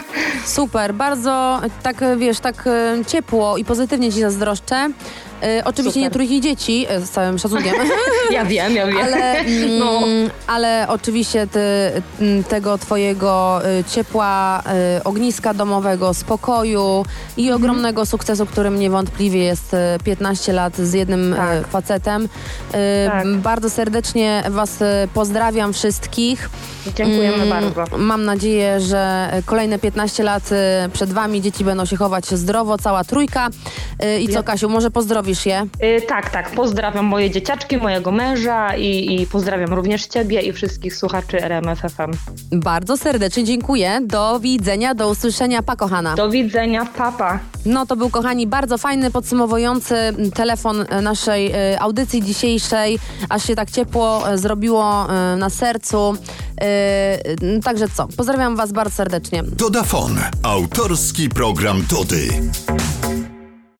Speaker 2: Super, bardzo tak, wiesz, tak e, ciepło i pozytywnie ci zazdroszczę. E, oczywiście
Speaker 3: Super.
Speaker 2: nie trójki dzieci, e, z całym szacunkiem.
Speaker 3: Ja wiem, ja wiem.
Speaker 2: Ale, mm,
Speaker 3: No.
Speaker 2: ale oczywiście ty, mm, tego twojego y, ciepła, y, ogniska domowego, spokoju i
Speaker 3: Mhm.
Speaker 2: ogromnego sukcesu, którym niewątpliwie jest y, piętnaście lat z jednym y,
Speaker 3: Tak.
Speaker 2: facetem. Y,
Speaker 3: Tak.
Speaker 2: Bardzo serdecznie was y, pozdrawiam wszystkich.
Speaker 3: Dziękujemy
Speaker 2: Mm,
Speaker 3: bardzo.
Speaker 2: Mam nadzieję, że kolejne piętnaście lat y, przed wami, dzieci będą się chować zdrowo, cała trójka. Y, I co,
Speaker 3: Ja-
Speaker 2: Kasiu, może pozdrowisz je?
Speaker 3: Y, tak, tak, pozdrawiam moje dzieciaczki, mojego męża i, i pozdrawiam również ciebie i wszystkich słuchaczy R M F F M.
Speaker 2: Bardzo serdecznie dziękuję. Do widzenia, do usłyszenia. Pa, kochana.
Speaker 3: Do widzenia, papa.
Speaker 2: No to był, kochani, bardzo fajny, podsumowujący telefon e, naszej e, audycji dzisiejszej. Aż się tak ciepło e, zrobiło e, na sercu. E, Także co, pozdrawiam was bardzo serdecznie.
Speaker 1: Dodafon. Autorski program Dody.